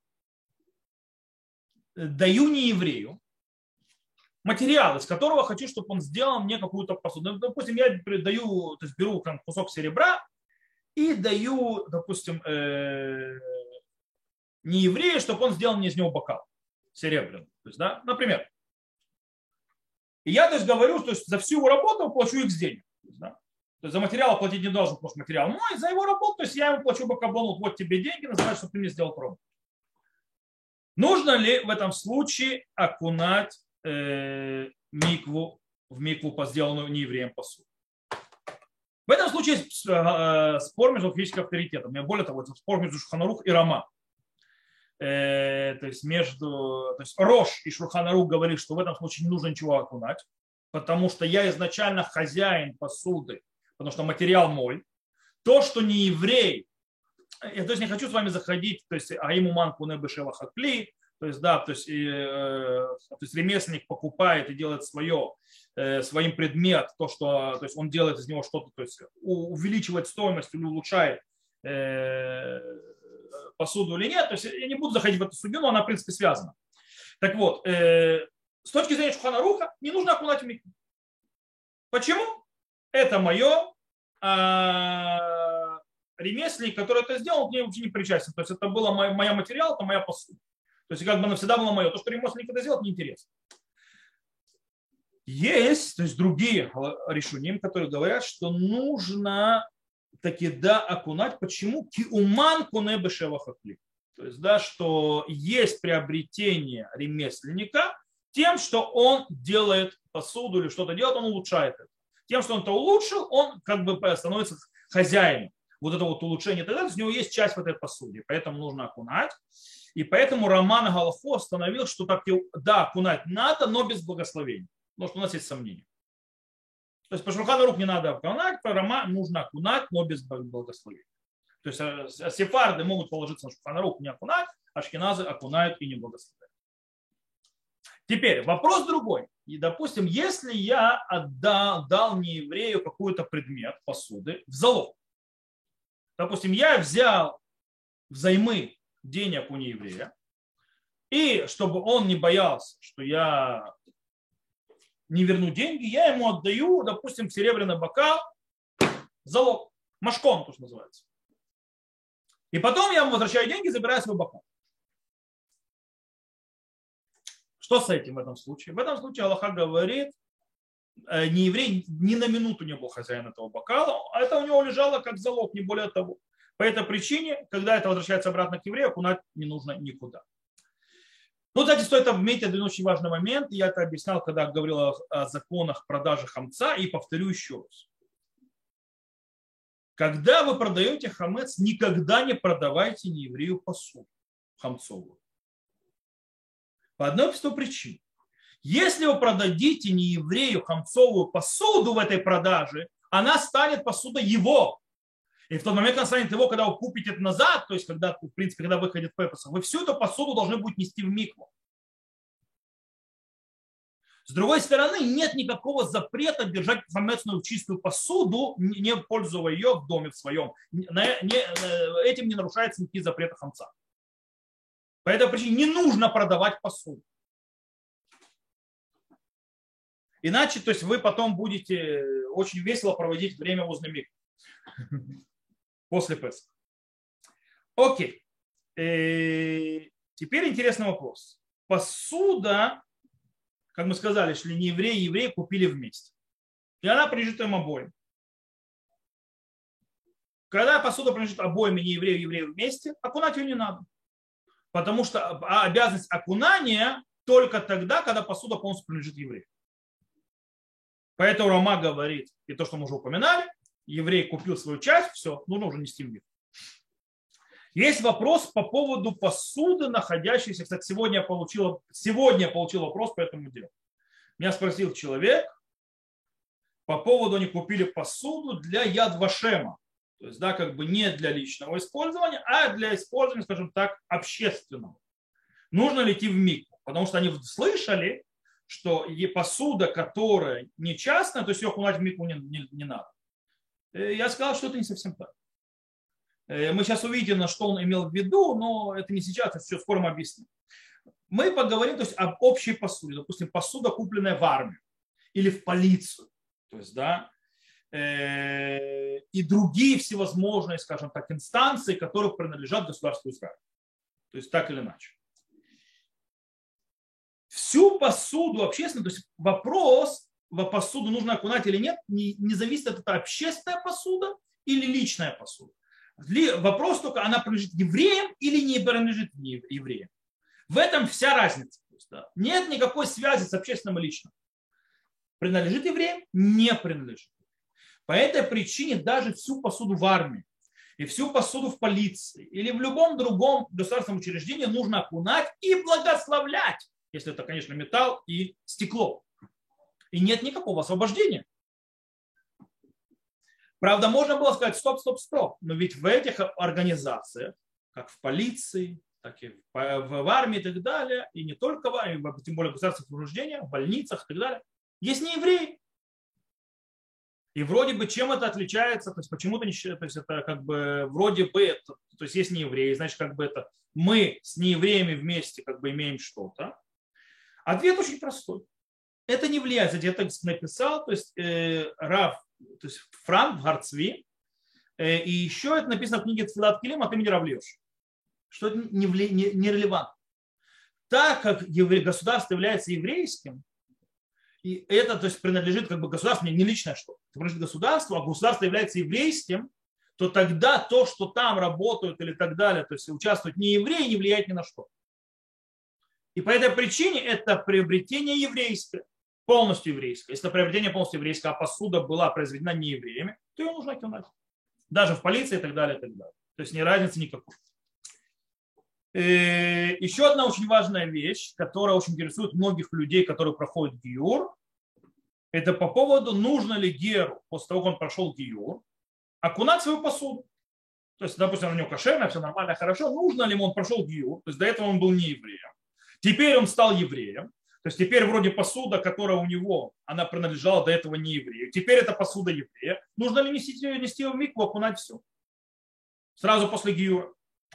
даю нееврею материал, из которого хочу, чтобы он сделал мне какую-то посуду. Допустим, я даю, то есть беру там, кусок серебра и даю, допустим, э, нееврею, чтобы он сделал мне из него бокал серебряный. То есть, да, например. И я то есть, говорю, что за всю его работу плачу икс денег. То есть, да, то есть за материал платить не должен, потому что материал мой, за его работу, то есть я ему плачу по каблону, вот тебе деньги, называют, что ты мне сделал пробу. Нужно ли в этом случае окунать э, микву в микву, по сделанную неевреем посуду? В этом случае есть э, спор между физическим авторитетом. Более того, это спор между Шулхан Арух и Рама. Э, то есть между, то есть Рош и Шулхан Арух говорит, что в этом случае не нужно ничего окунать, потому что я изначально хозяин посуды, потому что материал мой. То, что не еврей, я то есть не хочу с вами заходить, то есть аиму манку не бешева хакли, то есть да, то есть, и, э, то есть ремесленник покупает и делает свое, э, своим предмет, то, что то есть он делает из него что-то, то есть увеличивает стоимость или улучшает э, посуду или нет, то есть я не буду заходить в эту судью, но она в принципе связана. Так вот, э, с точки зрения Шулхан Аруха не нужно окунать в микву. Почему? Это мое, а ремесленник, который это сделал, к ней вообще не причастен. То есть это был мой, моя материал, это моя посуда. То есть как бы она всегда была моя. То, что ремесленник это сделал, неинтересно. Есть, то есть другие решения, которые говорят, что нужно таки да окунать. Почему? Киуман куне бешева хакли. То есть, да, что есть приобретение ремесленника тем, что он делает посуду или что-то делает, он улучшает это. Тем, что он это улучшил, он как бы становится хозяином. Вот это вот улучшение, тогда у него есть часть в этой посуде, поэтому нужно окунать. И поэтому Раман Галахо установил, что так, да, окунать надо, но без благословения. Потому что у нас есть сомнения. То есть по Шулхан Арух не надо окунать, по Рама нужно окунать, но без благословения. То есть сефарды могут положиться на Шулхан Арух, не окунать, а ашкеназы окунают и не благословляют. Теперь вопрос другой. И, допустим, если я отдал, дал нееврею какой-то предмет посуды в залог. Допустим, я взял взаймы денег у нееврея, и чтобы он не боялся, что я не верну деньги, я ему отдаю, допустим, серебряный бокал, залог, машкон, то, что называется. И потом я ему возвращаю деньги, забираю свой бокал. Что с этим в этом случае? В этом случае Аллаха говорит, нееврей ни на минуту не был хозяин этого бокала, а это у него лежало как залог, не более того. По этой причине, когда это возвращается обратно к еврею, окунать не нужно никуда. Ну, кстати, стоит отметить один очень важный момент. Я это объяснял, когда говорил о, о законах продажи хамца, и повторю еще раз. Когда вы продаете хамец, никогда не продавайте нееврею посуду хамцовую. По одной простой причине. Если вы продадите нееврею хамцовую посуду в этой продаже, она станет посудой его. И в тот момент она станет его, когда вы купите это назад, то есть когда, в принципе, когда выходит пепос, вы всю эту посуду должны будете нести в микву. С другой стороны, нет никакого запрета держать хамецную чистую посуду, не пользуя ее в доме в своем. Этим не нарушается никакие запреты хамца. По этой причине не нужно продавать посуду. Иначе, то есть вы потом будете очень весело проводить время возле миквы. После Песаха. Окей. Теперь интересный вопрос. Посуда, как мы сказали, шли не евреи и евреи купили вместе. И она прижита им обоим. Когда посуда принадлежит обоим нееврею и еврею вместе, окунать ее не надо. Потому что обязанность окунания только тогда, когда посуда полностью принадлежит еврею. Поэтому Рама говорит, и то, что мы уже упоминали, еврей купил свою часть, все, нужно уже нести в мир. Есть вопрос по поводу посуды, находящейся. Кстати, сегодня я получил, сегодня я получил вопрос по этому делу. Меня спросил человек по поводу, они купили посуду для Яд Вашема. То есть, да, как бы не для личного использования, а для использования, скажем так, общественного. Нужно ли идти в микву? Потому что они слышали, что посуда, которая не частная, то есть ее окунать в микву не, не, не надо. Я сказал, что это не совсем так. Мы сейчас увидим, на что он имел в виду, но это не сейчас, это все скоро мы объясним. Мы поговорим, то есть, об общей посуде. Допустим, посуда, купленная в армию или в полицию. То есть, да, и другие всевозможные, скажем так, инстанции, которые принадлежат государству Израиля. То есть так или иначе. Всю посуду общественную, то есть вопрос, в посуду нужно окунать или нет, не, не зависит от этого, общественная посуда или личная посуда. Вопрос только, она принадлежит евреям или не принадлежит евреям. В этом вся разница. То есть, да, нет никакой связи с общественным и личным. Принадлежит евреям, не принадлежит. По этой причине даже всю посуду в армии и всю посуду в полиции или в любом другом государственном учреждении нужно окунать и благословлять, если это, конечно, металл и стекло. И нет никакого освобождения. Правда, можно было сказать стоп, стоп, стоп. Но ведь в этих организациях, как в полиции, так и в армии и так далее, и не только в армии, тем более в государственных учреждениях, в больницах и так далее, есть не евреи. И вроде бы чем это отличается, то есть почему-то не считают, то есть это как бы вроде бы, это, то есть есть неевреи, значит как бы это мы с неевреями вместе как бы имеем что-то. Ответ очень простой. Это не влияет, я так написал, то есть э, Рав, то есть Франк в Гарцви, э, и еще это написано в книге Цвилат Килим от имени Рав Леш, что это не, вли, не, не релевантно. Так как евре, государство является еврейским, и это, то есть, принадлежит как бы государству, не личное что-то, это принадлежит государству, а государство является еврейским, то тогда то, что там работают или так далее, то есть участвуют не евреи, не влияет ни на что. И по этой причине это приобретение еврейское, полностью еврейское. Если приобретение полностью еврейское, а посуда была произведена не евреями, то ее нужно окунать. Даже в полиции и так далее, и так далее. То есть не разницы никакой. И еще одна очень важная вещь, которая очень интересует многих людей, которые проходят гиюр, это по поводу, нужно ли геру, после того, как он прошел гиюр, окунать свою посуду. То есть, допустим, у него кошерное, все нормально, хорошо. Нужно ли ему, он прошел гиюр, то есть до этого он был не евреем. Теперь он стал евреем. То есть теперь вроде посуда, которая у него, она принадлежала до этого не еврею. Теперь это посуда еврея. Нужно ли нести, нести ее в микву, окунать все? Сразу после гиюра.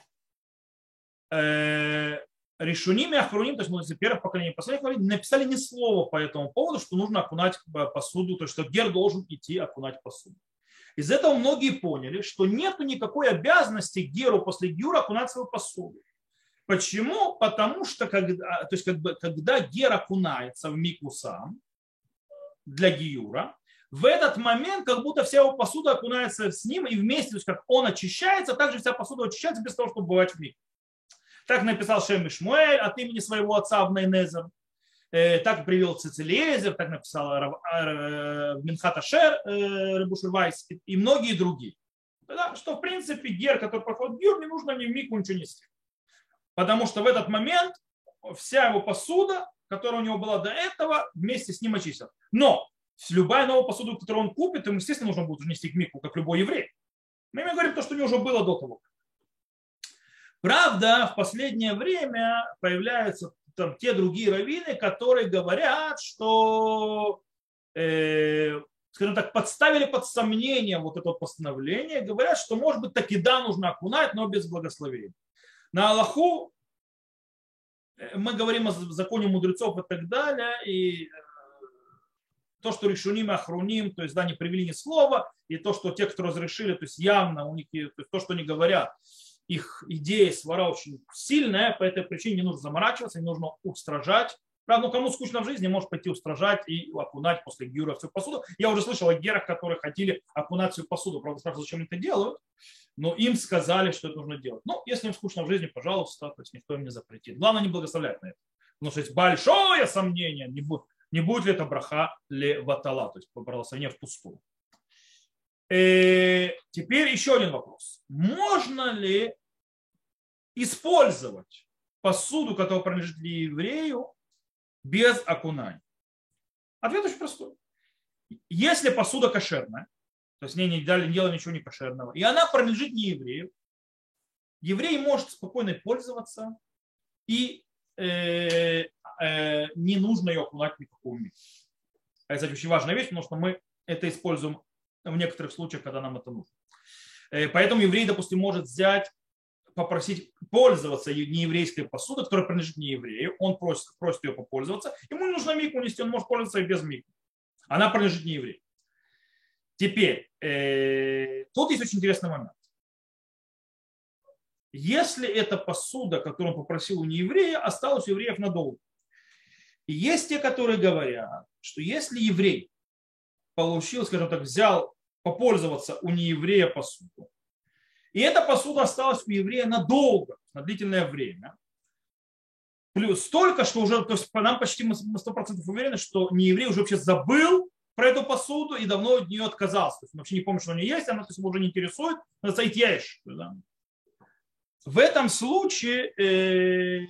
Решуним и Ахруним, то есть мы первых поколений последних написали ни слова по этому поводу, что нужно окунать посуду, то есть что гер должен идти окунать посуду. Из этого многие поняли, что нет никакой обязанности геру после гиюра окунать свою посуду. Почему? Потому что когда, то есть как бы, когда гер окунается в микву сам для гиюра, в этот момент как будто вся его посуда окунается с ним и вместе, то есть как он очищается, также вся посуда очищается без того, чтобы бывать в микве. Так написал Шем Ишмуэль от имени своего отца в Нейнезер. Так привел Цицелиезер, так написал Минхат Ашер Рабушер Вайс и многие другие. Что в принципе гер, который проходит гиюр, не нужно ни в микву ничего нести. Потому что в этот момент вся его посуда, которая у него была до этого, вместе с ним очистится. Но любая новая посуда, которую он купит, ему, естественно, нужно будет нести к микву, как любой еврей. Мы имеем говорим то, что у него уже было до того. Правда, в последнее время появляются там те другие раввины, которые говорят, что, э, скажем так, подставили под сомнение вот это постановление, говорят, что, может быть, таки да, нужно окунать, но без благословения. На Аллаху мы говорим о законе мудрецов и так далее, и то, что решуним и ахруним, то есть да, не привели ни слова, и то, что те, кто разрешили, то есть явно у них, то, есть, то что они говорят, их идея свара очень сильная, по этой причине не нужно заморачиваться, не нужно устражать Правда, ну, кому скучно в жизни, может пойти устражать и окунать после гиура всю посуду. Я уже слышал о герах, которые хотели окунать всю посуду. Правда, спрашивают, зачем это делают, но им сказали, что это нужно делать. Ну, если им скучно в жизни, пожалуйста, то есть никто им не запретит. Главное, не благословлять на это. Потому что есть большое сомнение, не будет, не будет ли это браха ле ватала, то есть благословение впустую. И теперь еще один вопрос. Можно ли использовать посуду, которая принадлежит еврею, без окунания? Ответ очень простой. Если посуда кошерная, то есть в ней не делали ничего не кошерного, и она принадлежит не еврею, еврей может спокойно пользоваться, и э, э, не нужно ее окунать в никакую микву. Это, кстати, очень важная вещь, потому что мы это используем в некоторых случаях, когда нам это нужно. Э, поэтому еврей, допустим, может взять, попросить пользоваться нееврейской посудой, которая принадлежит не еврею. Он просит, просит ее попользоваться. Ему не нужно микву нести, он может пользоваться и без миквы. Она принадлежит не еврею. Теперь, э, тут есть очень интересный момент. Если эта посуда, которую он попросил у нееврея, осталась у евреев надолго. И есть те, которые говорят, что если еврей получил, скажем так, взял попользоваться у нееврея посуду, и эта посуда осталась у еврея надолго, на длительное время. Плюс столько, что уже, то есть нам почти мы сто процентов уверены, что нееврей уже вообще забыл про эту посуду и давно от нее отказался. То есть он вообще не помнит, что у нее есть, она то есть, его уже не интересует. Надо сказать, яешь. Да. В этом случае, э,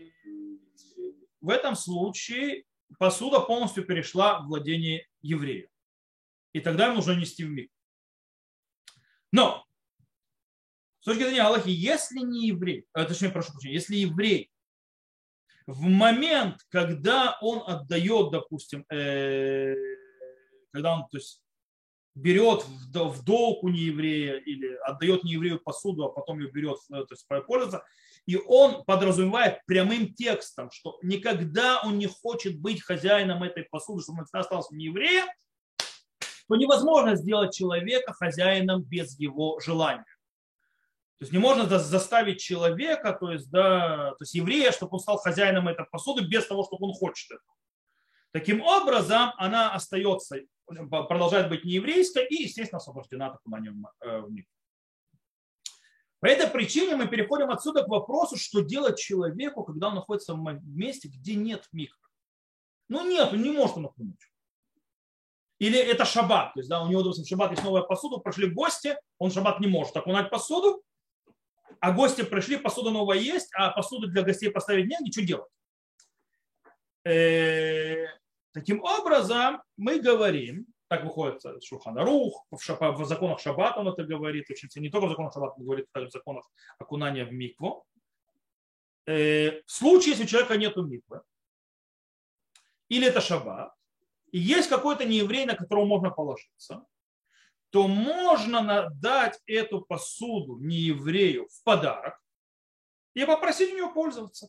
в этом случае посуда полностью перешла в владение еврея. И тогда ему нужно нести в микву. Но с точки зрения Аллахи, если не еврей, а, точнее, прошу прощения, если еврей в момент, когда он отдает, допустим, э, когда он то есть, берет в, в долг у нееврея или отдает нееврею посуду, а потом ее берет, то есть пользуется, и он подразумевает прямым текстом, что никогда он не хочет быть хозяином этой посуды, чтобы она осталась у нееврея, то невозможно сделать человека хозяином без его желания. То есть не можно заставить человека, то есть, да, то есть еврея, чтобы он стал хозяином этой посуды без того, чтобы он хочет этого. Таким образом, она остается, продолжает быть нееврейской и, естественно, освобождена от окунания в микву. По этой причине мы переходим отсюда к вопросу, что делать человеку, когда он находится в месте, где нет миквы. Ну нет, он не может он окунуть. Или это шаббат, то есть да, у него, допустим, в шаббат есть новая посуда, прошли гости, он в шаббат не может окунать посуду, а гости пришли, посуда новая есть, а посуду для гостей поставить нет, ничего делать. Э, таким образом, мы говорим, так выходит Шулхан Арух, в, шаба, в законах шаббата он это говорит, не только в законах шаббата, он говорит, также в законах окунания в микву. Э, в случае, если у человека нет миквы, или это шаббат, и есть какой-то нееврей, на которого можно положиться, то можно дать эту посуду нееврею в подарок и попросить у него пользоваться.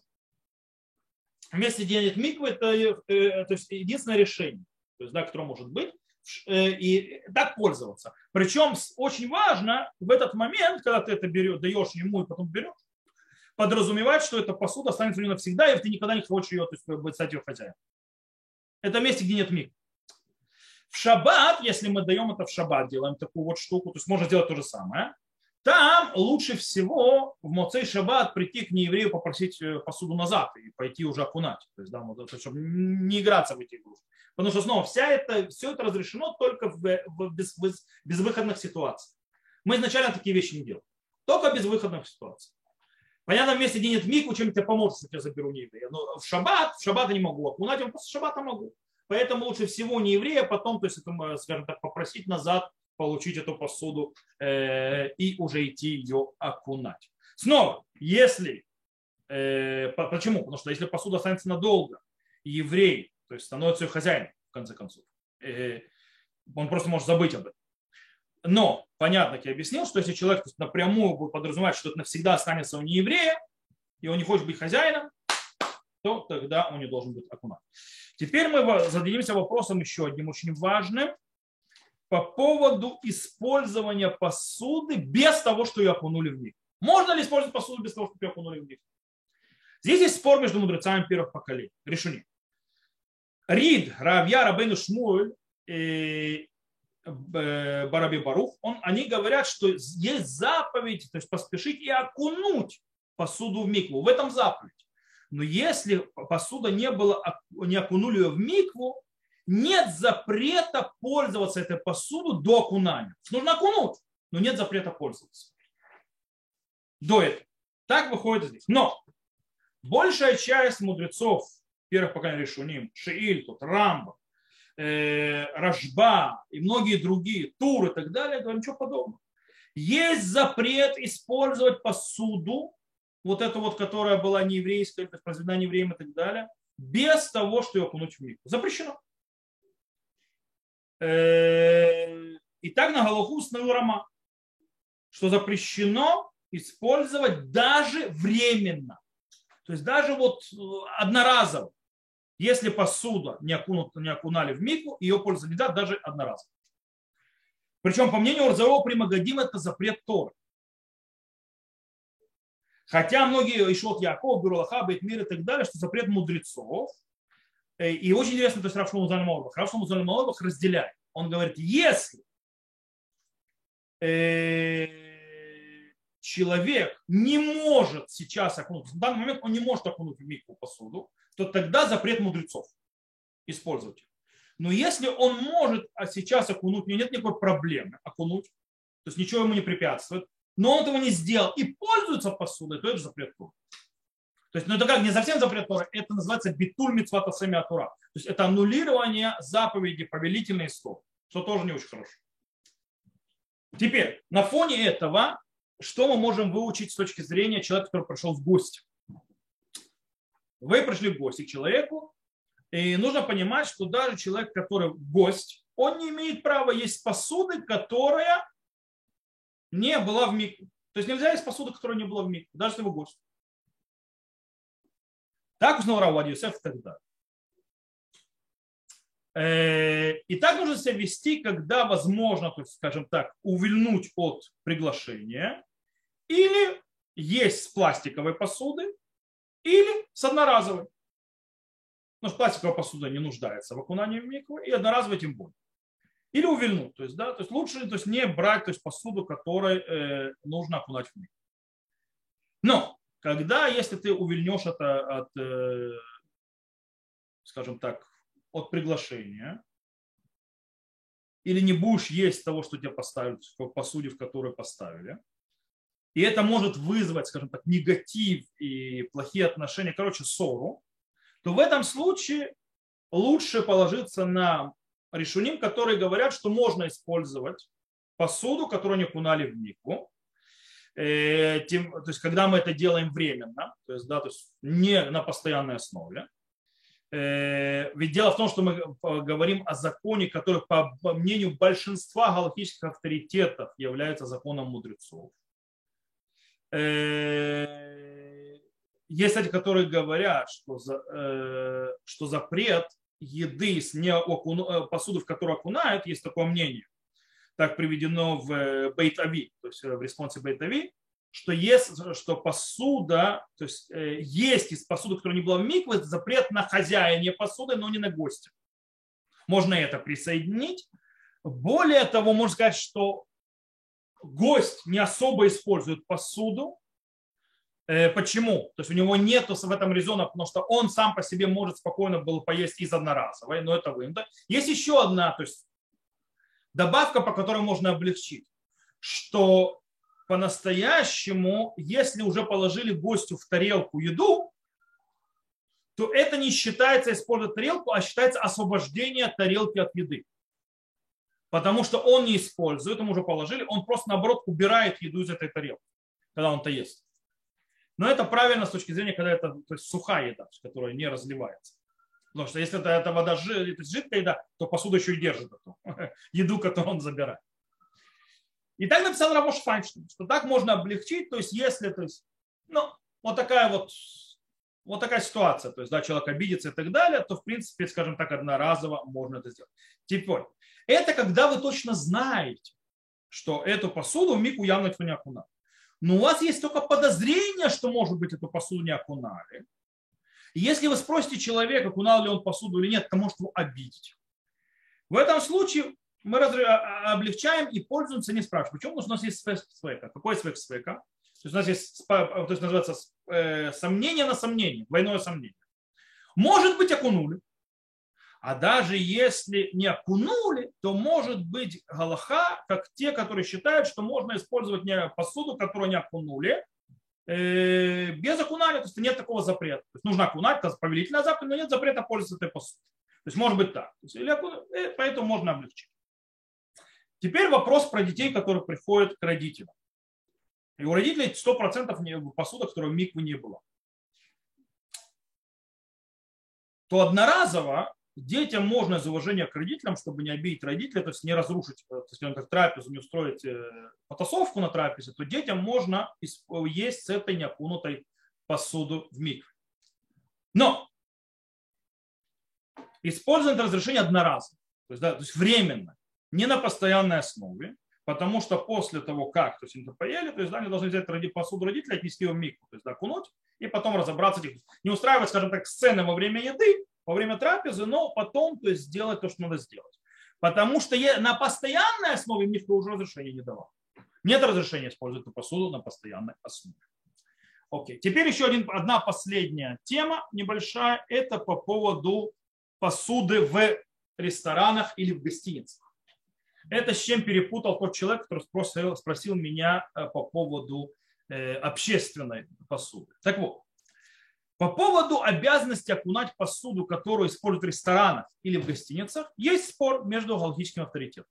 Вместе делать миквы – это то есть единственное решение, то есть, да, которое может быть, и так пользоваться. Причем очень важно в этот момент, когда ты это берешь, даешь ему и потом берешь, подразумевать, что эта посуда останется у него навсегда, и ты никогда не хочешь ее, то есть, стать ее хозяином. Это месте, где нет миквы. В шаббат, если мы даем это в шаббат, делаем такую вот штуку, то есть можно сделать то же самое, там лучше всего в моцей шаббат прийти к нееврею, попросить посуду назад и пойти уже окунать, то есть, да, чтобы не играться в эти игрушки. Потому что снова вся это, все это разрешено только в, в без, без, безвыходных ситуациях. Мы изначально такие вещи не делаем. Только в безвыходных ситуациях. Понятно, в месте, где нет миквы, чем тебе поможет, если я заберу нееврея. Но в шаббат, в шаббат я не могу окунать, а после шаббата могу. Поэтому лучше всего не еврея, потом, то есть, это, скажем так, попросить назад, получить эту посуду э, и уже идти ее окунать. Снова, если, э, почему? Потому что если посуда останется надолго, и еврей, то есть становится ее хозяином, в конце концов, э, он просто может забыть об этом. Но, понятно, как я объяснил, что если человек есть, напрямую будет подразумевать, что это навсегда останется у нееврея, и он не хочет быть хозяином, то тогда он не должен быть окунат. Теперь мы зададимся вопросом еще одним очень важным по поводу использования посуды без того, что ее окунули в микву. Можно ли использовать посуду без того, чтобы ее окунули в микву? Здесь есть спор между мудрецами первых поколений, решений. Рид, Равья, Рабейну Шмуэль, и Бараби Барух, он, они говорят, что есть заповедь, то есть поспешить и окунуть посуду в микву. В этом заповедь. Но если посуда не, была, не окунули ее в микву, нет запрета пользоваться этой посудой до окунания. Нужно окунуть, но нет запрета пользоваться. До этого. Так выходит здесь. Но большая часть мудрецов первых поколений Решуним, Шииль, тут, Рамба, э, Рашба и многие другие, Тур и так далее, говорят, ничего подобного. Есть запрет использовать посуду, вот эту вот, которая была не еврейская, произведена не евреем и так далее, без того, что ее окунуть в микву. Запрещено. И так на Галаху установил Рама, что запрещено использовать даже временно. То есть даже вот одноразово. Если посуда не, окунут, не окунали в микву, ее пользоваться нельзя даже одноразово. Причем, по мнению Урзаева Примагадим, это запрет Торы. Хотя многие, Ишот Яков, Бюрулаха, Бейтмир и так далее, что запрет мудрецов. И очень интересно, то есть Рав Шломо Зальман Ауэрбах. Рав Шломо Зальман Ауэрбах разделяет. Он говорит, если человек не может сейчас окунуть, в данный момент он не может окунуть в микву посуду, то тогда запрет мудрецов использовать их. Но если он может а сейчас окунуть, у него нет никакой проблемы окунуть, то есть ничего ему не препятствует, но он этого не сделал и пользуется посудой, то это запрет Торы. То есть, ну это как, не совсем запрет Торы, это называется битуль мицват асеми атура. То есть это аннулирование заповеди повелительной истории, что тоже не очень хорошо. Теперь, на фоне этого, что мы можем выучить с точки зрения человека, который пришел в гости? Вы пришли в гости к человеку, и нужно понимать, что даже человек, который гость, он не имеет права есть посуды, которая не была в микве. То есть нельзя есть посуду, которая не была в микве, даже если вы гость. Так узнал Рав Овадия Йосеф и так далее. И так нужно себя вести, когда возможно, то есть, скажем так, увильнуть от приглашения, или есть с пластиковой посуды, или с одноразовой. Но пластиковая посуда не нуждается в окунании в микву, и одноразовой тем более. Или увильнуть. То есть, да, то есть лучше то есть, не брать то есть, посуду, которой э, нужно окунать в микву. Но когда, если ты увильнешь это от, э, скажем так, от приглашения, или не будешь есть того, что тебе поставили, в посуде, в которой поставили, и это может вызвать, скажем так, негатив и плохие отношения, короче, ссору, то в этом случае лучше положиться на решуним, которые говорят, что можно использовать посуду, которую не окунали в микву. Тем, то есть, когда мы это делаем временно, то есть, да, то есть не на постоянной основе. Ведь дело в том, что мы говорим о законе, который, по мнению большинства галахических авторитетов, является законом мудрецов. Есть кстати, которые говорят, что, что запрет еды с не окуну, посуды, в которую окунают, есть такое мнение. Так приведено в Бейт Ави, то есть в респонсе Бейт Ави, что есть, что посуда, то есть есть из посуды, которая не была в микве, запрет на хозяине посуды, но не на гостя. Можно это присоединить. Более того, можно сказать, что гость не особо использует посуду. Почему? То есть у него нет в этом резона, потому что он сам по себе может спокойно было поесть из одноразовой, но это вымда. Есть еще одна, то есть добавка, по которой можно облегчить, что по-настоящему, если уже положили гостю в тарелку еду, то это не считается использовать тарелку, а считается освобождение тарелки от еды. Потому что он не использует, ему уже положили, он просто наоборот убирает еду из этой тарелки, когда он-то ест. Но это правильно с точки зрения, когда это то есть сухая еда, которая не разливается. Потому что если это, это вода, это жидкая еда, то посуда еще и держит эту еду, которую он забирает. И так написал Рав Моше Файнштейн, что так можно облегчить, то есть если, то есть, ну, вот такая вот, вот такая ситуация, то есть, да, человек обидится и так далее, то, в принципе, скажем так, одноразово можно это сделать. Теперь, это когда вы точно знаете, что эту посуду в микву явно никто не окунал. Но у вас есть только подозрение, что, может быть, эту посуду не окунали. И если вы спросите человека, окунал ли он посуду или нет, то может его обидеть. В этом случае мы облегчаем и пользуемся, не спрашиваем. Почему? Потому что у нас есть свека. Какой свек свека? То есть у нас есть, то есть называется э, сомнение на сомнение, двойное сомнение. Может быть, окунули. А даже если не окунули, то может быть галаха, как те, которые считают, что можно использовать посуду, которую не окунули, э, без окунания. То есть нет такого запрета. То есть нужно окунать, повелительная заповедь, но нет запрета пользоваться этой посудой. То есть может быть так. То есть, или окунуть, поэтому можно облегчить. Теперь вопрос про детей, которые приходят к родителям. И у родителей сто процентов посуда, которой в микве не было. То одноразово детям можно из уважения к родителям, чтобы не обидеть родителей, то есть не разрушить, если он так трапезу, не устроить потасовку на трапезе, то детям можно есть с этой неокунутой посуду в микве. Но использовать это разрешение одноразово, то есть, да, то есть временно, не на постоянной основе. Потому что после того, как то есть, они это поели, то есть, да, они должны взять посуду родителей, отнести ее в микву, то есть да, окунуть и потом разобраться. Не устраивать, скажем так, сцены во время еды, во время трапезы, но потом то есть, сделать то, что надо сделать. Потому что на постоянной основе миква уже разрешения не давал. Нет разрешения использовать эту посуду на постоянной основе. Окей. Теперь еще один, одна последняя тема небольшая. Это по поводу посуды в ресторанах или в гостиницах. Это с чем перепутал тот человек, который спросил, спросил меня по поводу э, общественной посуды. Так вот, по поводу обязанности окунать посуду, которую используют в ресторанах или в гостиницах, есть спор между галахическим авторитетом.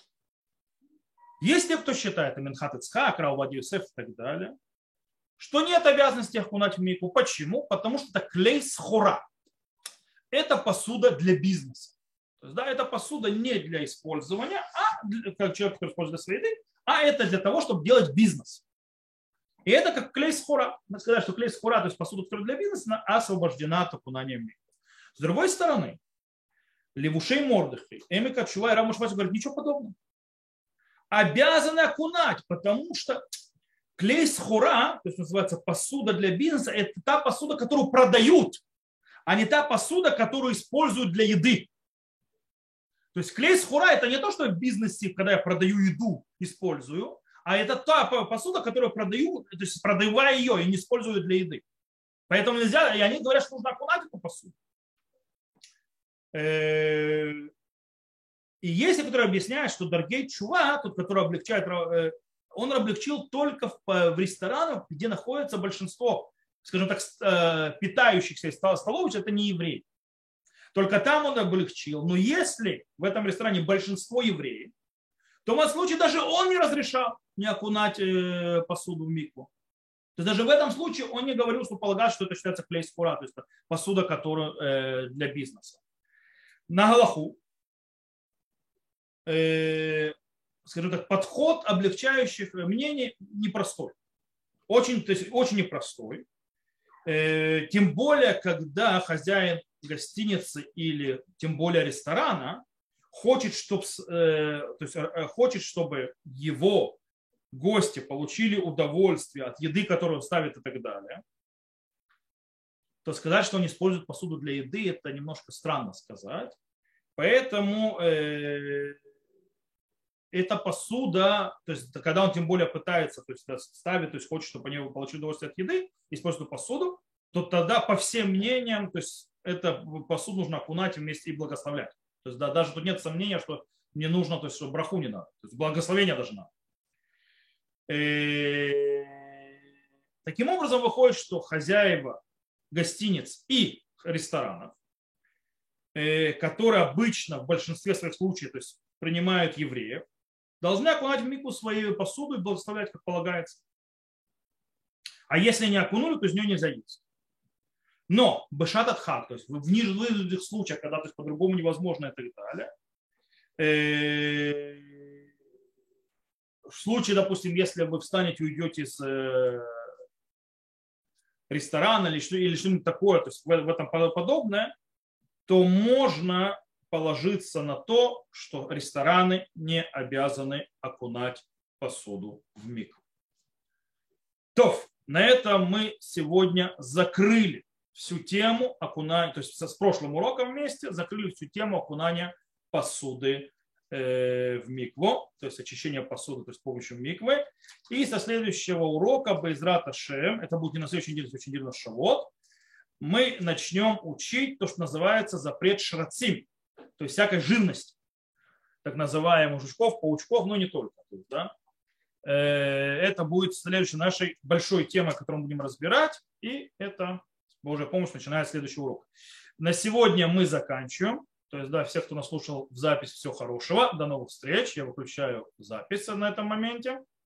Есть те, кто считает, Минхат Ицхак, Рав Овадия Йосеф и так далее, что нет обязанности окунать в микву. Почему? Потому что это клей схора. Это посуда для бизнеса. То есть, да, эта посуда не для использования, а для, как человек, который использует для своей еды, а это для того, чтобы делать бизнес. И это как клей схора. Надо сказать, что клей схора, то есть посуда, которая для бизнеса, освобождена от окунания в микву. С другой стороны, Левушей Мордехай, Эмика Чува и Рав Моше говорят, ничего подобного. Обязаны окунать, потому что клей схора, то есть называется посуда для бизнеса, это та посуда, которую продают, а не та посуда, которую используют для еды. То есть клей схора это не то, что в бизнесе, когда я продаю еду, использую, а это та посуда, которую продаю, то есть продавая ее и не использую для еды. Поэтому нельзя, и они говорят, что нужно окунать эту посуду. И есть, которые объясняют, что Даргей Чува, тот, который облегчает, он облегчил только в ресторанах, где находится большинство, скажем так, питающихся столовых, это не евреи. Только там он облегчил. Но если в этом ресторане большинство евреев, то в этом случае даже он не разрешал не окунать посуду в микву. То есть даже в этом случае он не говорил, что полагает, что это считается клей схора, то есть посуда, которая для бизнеса. На галаху, скажем так, подход облегчающих мнений непростой. Очень, то есть очень непростой. Тем более, когда хозяин гостиницы или тем более ресторана хочет, чтобы, то есть, хочет, чтобы его гости получили удовольствие от еды, которую он ставит и так далее, то сказать, что он использует посуду для еды, это немножко странно сказать. Поэтому э, эта посуда, то есть когда он тем более пытается, то есть ставит, то есть хочет, чтобы они получили удовольствие от еды, использует посуду, то тогда по всем мнениям, то есть эту посуду нужно окунать вместе и благословлять. То есть да, даже тут нет сомнения, что не нужно, то есть что браху не надо, то есть благословение даже надо. И таким образом выходит, что хозяева гостиниц и ресторанов, которые обычно в большинстве своих случаев, то есть принимают евреев, должны окунать в микву свою посуду и благословлять, как полагается. А если не окунули, то из нее нельзя есть. Но бешат ат-хак, то есть в нижних случаях, когда то есть, по-другому невозможно и так далее, в случае, допустим, если вы встанете и уйдете из ресторана или что-нибудь такое, то есть в этом подобное, то можно положиться на то, что рестораны не обязаны окунать посуду в микву. То, на этом мы сегодня закрыли всю тему окунания, то есть с прошлым уроком вместе закрыли всю тему окунания посуды в микву, то есть очищение посуды, то есть с помощью миквы. И со следующего урока Бейзрат Ашем, это будет не на следующей неделе, на следующей неделе на Шавот, мы начнем учить то, что называется запрет шрацим, то есть всякой живности, так называемых жучков, паучков, но не только. То есть, да, это будет следующей нашей большой темой, которую мы будем разбирать, и это Божья помощь начинает следующий урок. На сегодня мы заканчиваем. То есть, да, всех, кто нас слушал в запись, всего хорошего. До новых встреч. Я выключаю запись на этом моменте.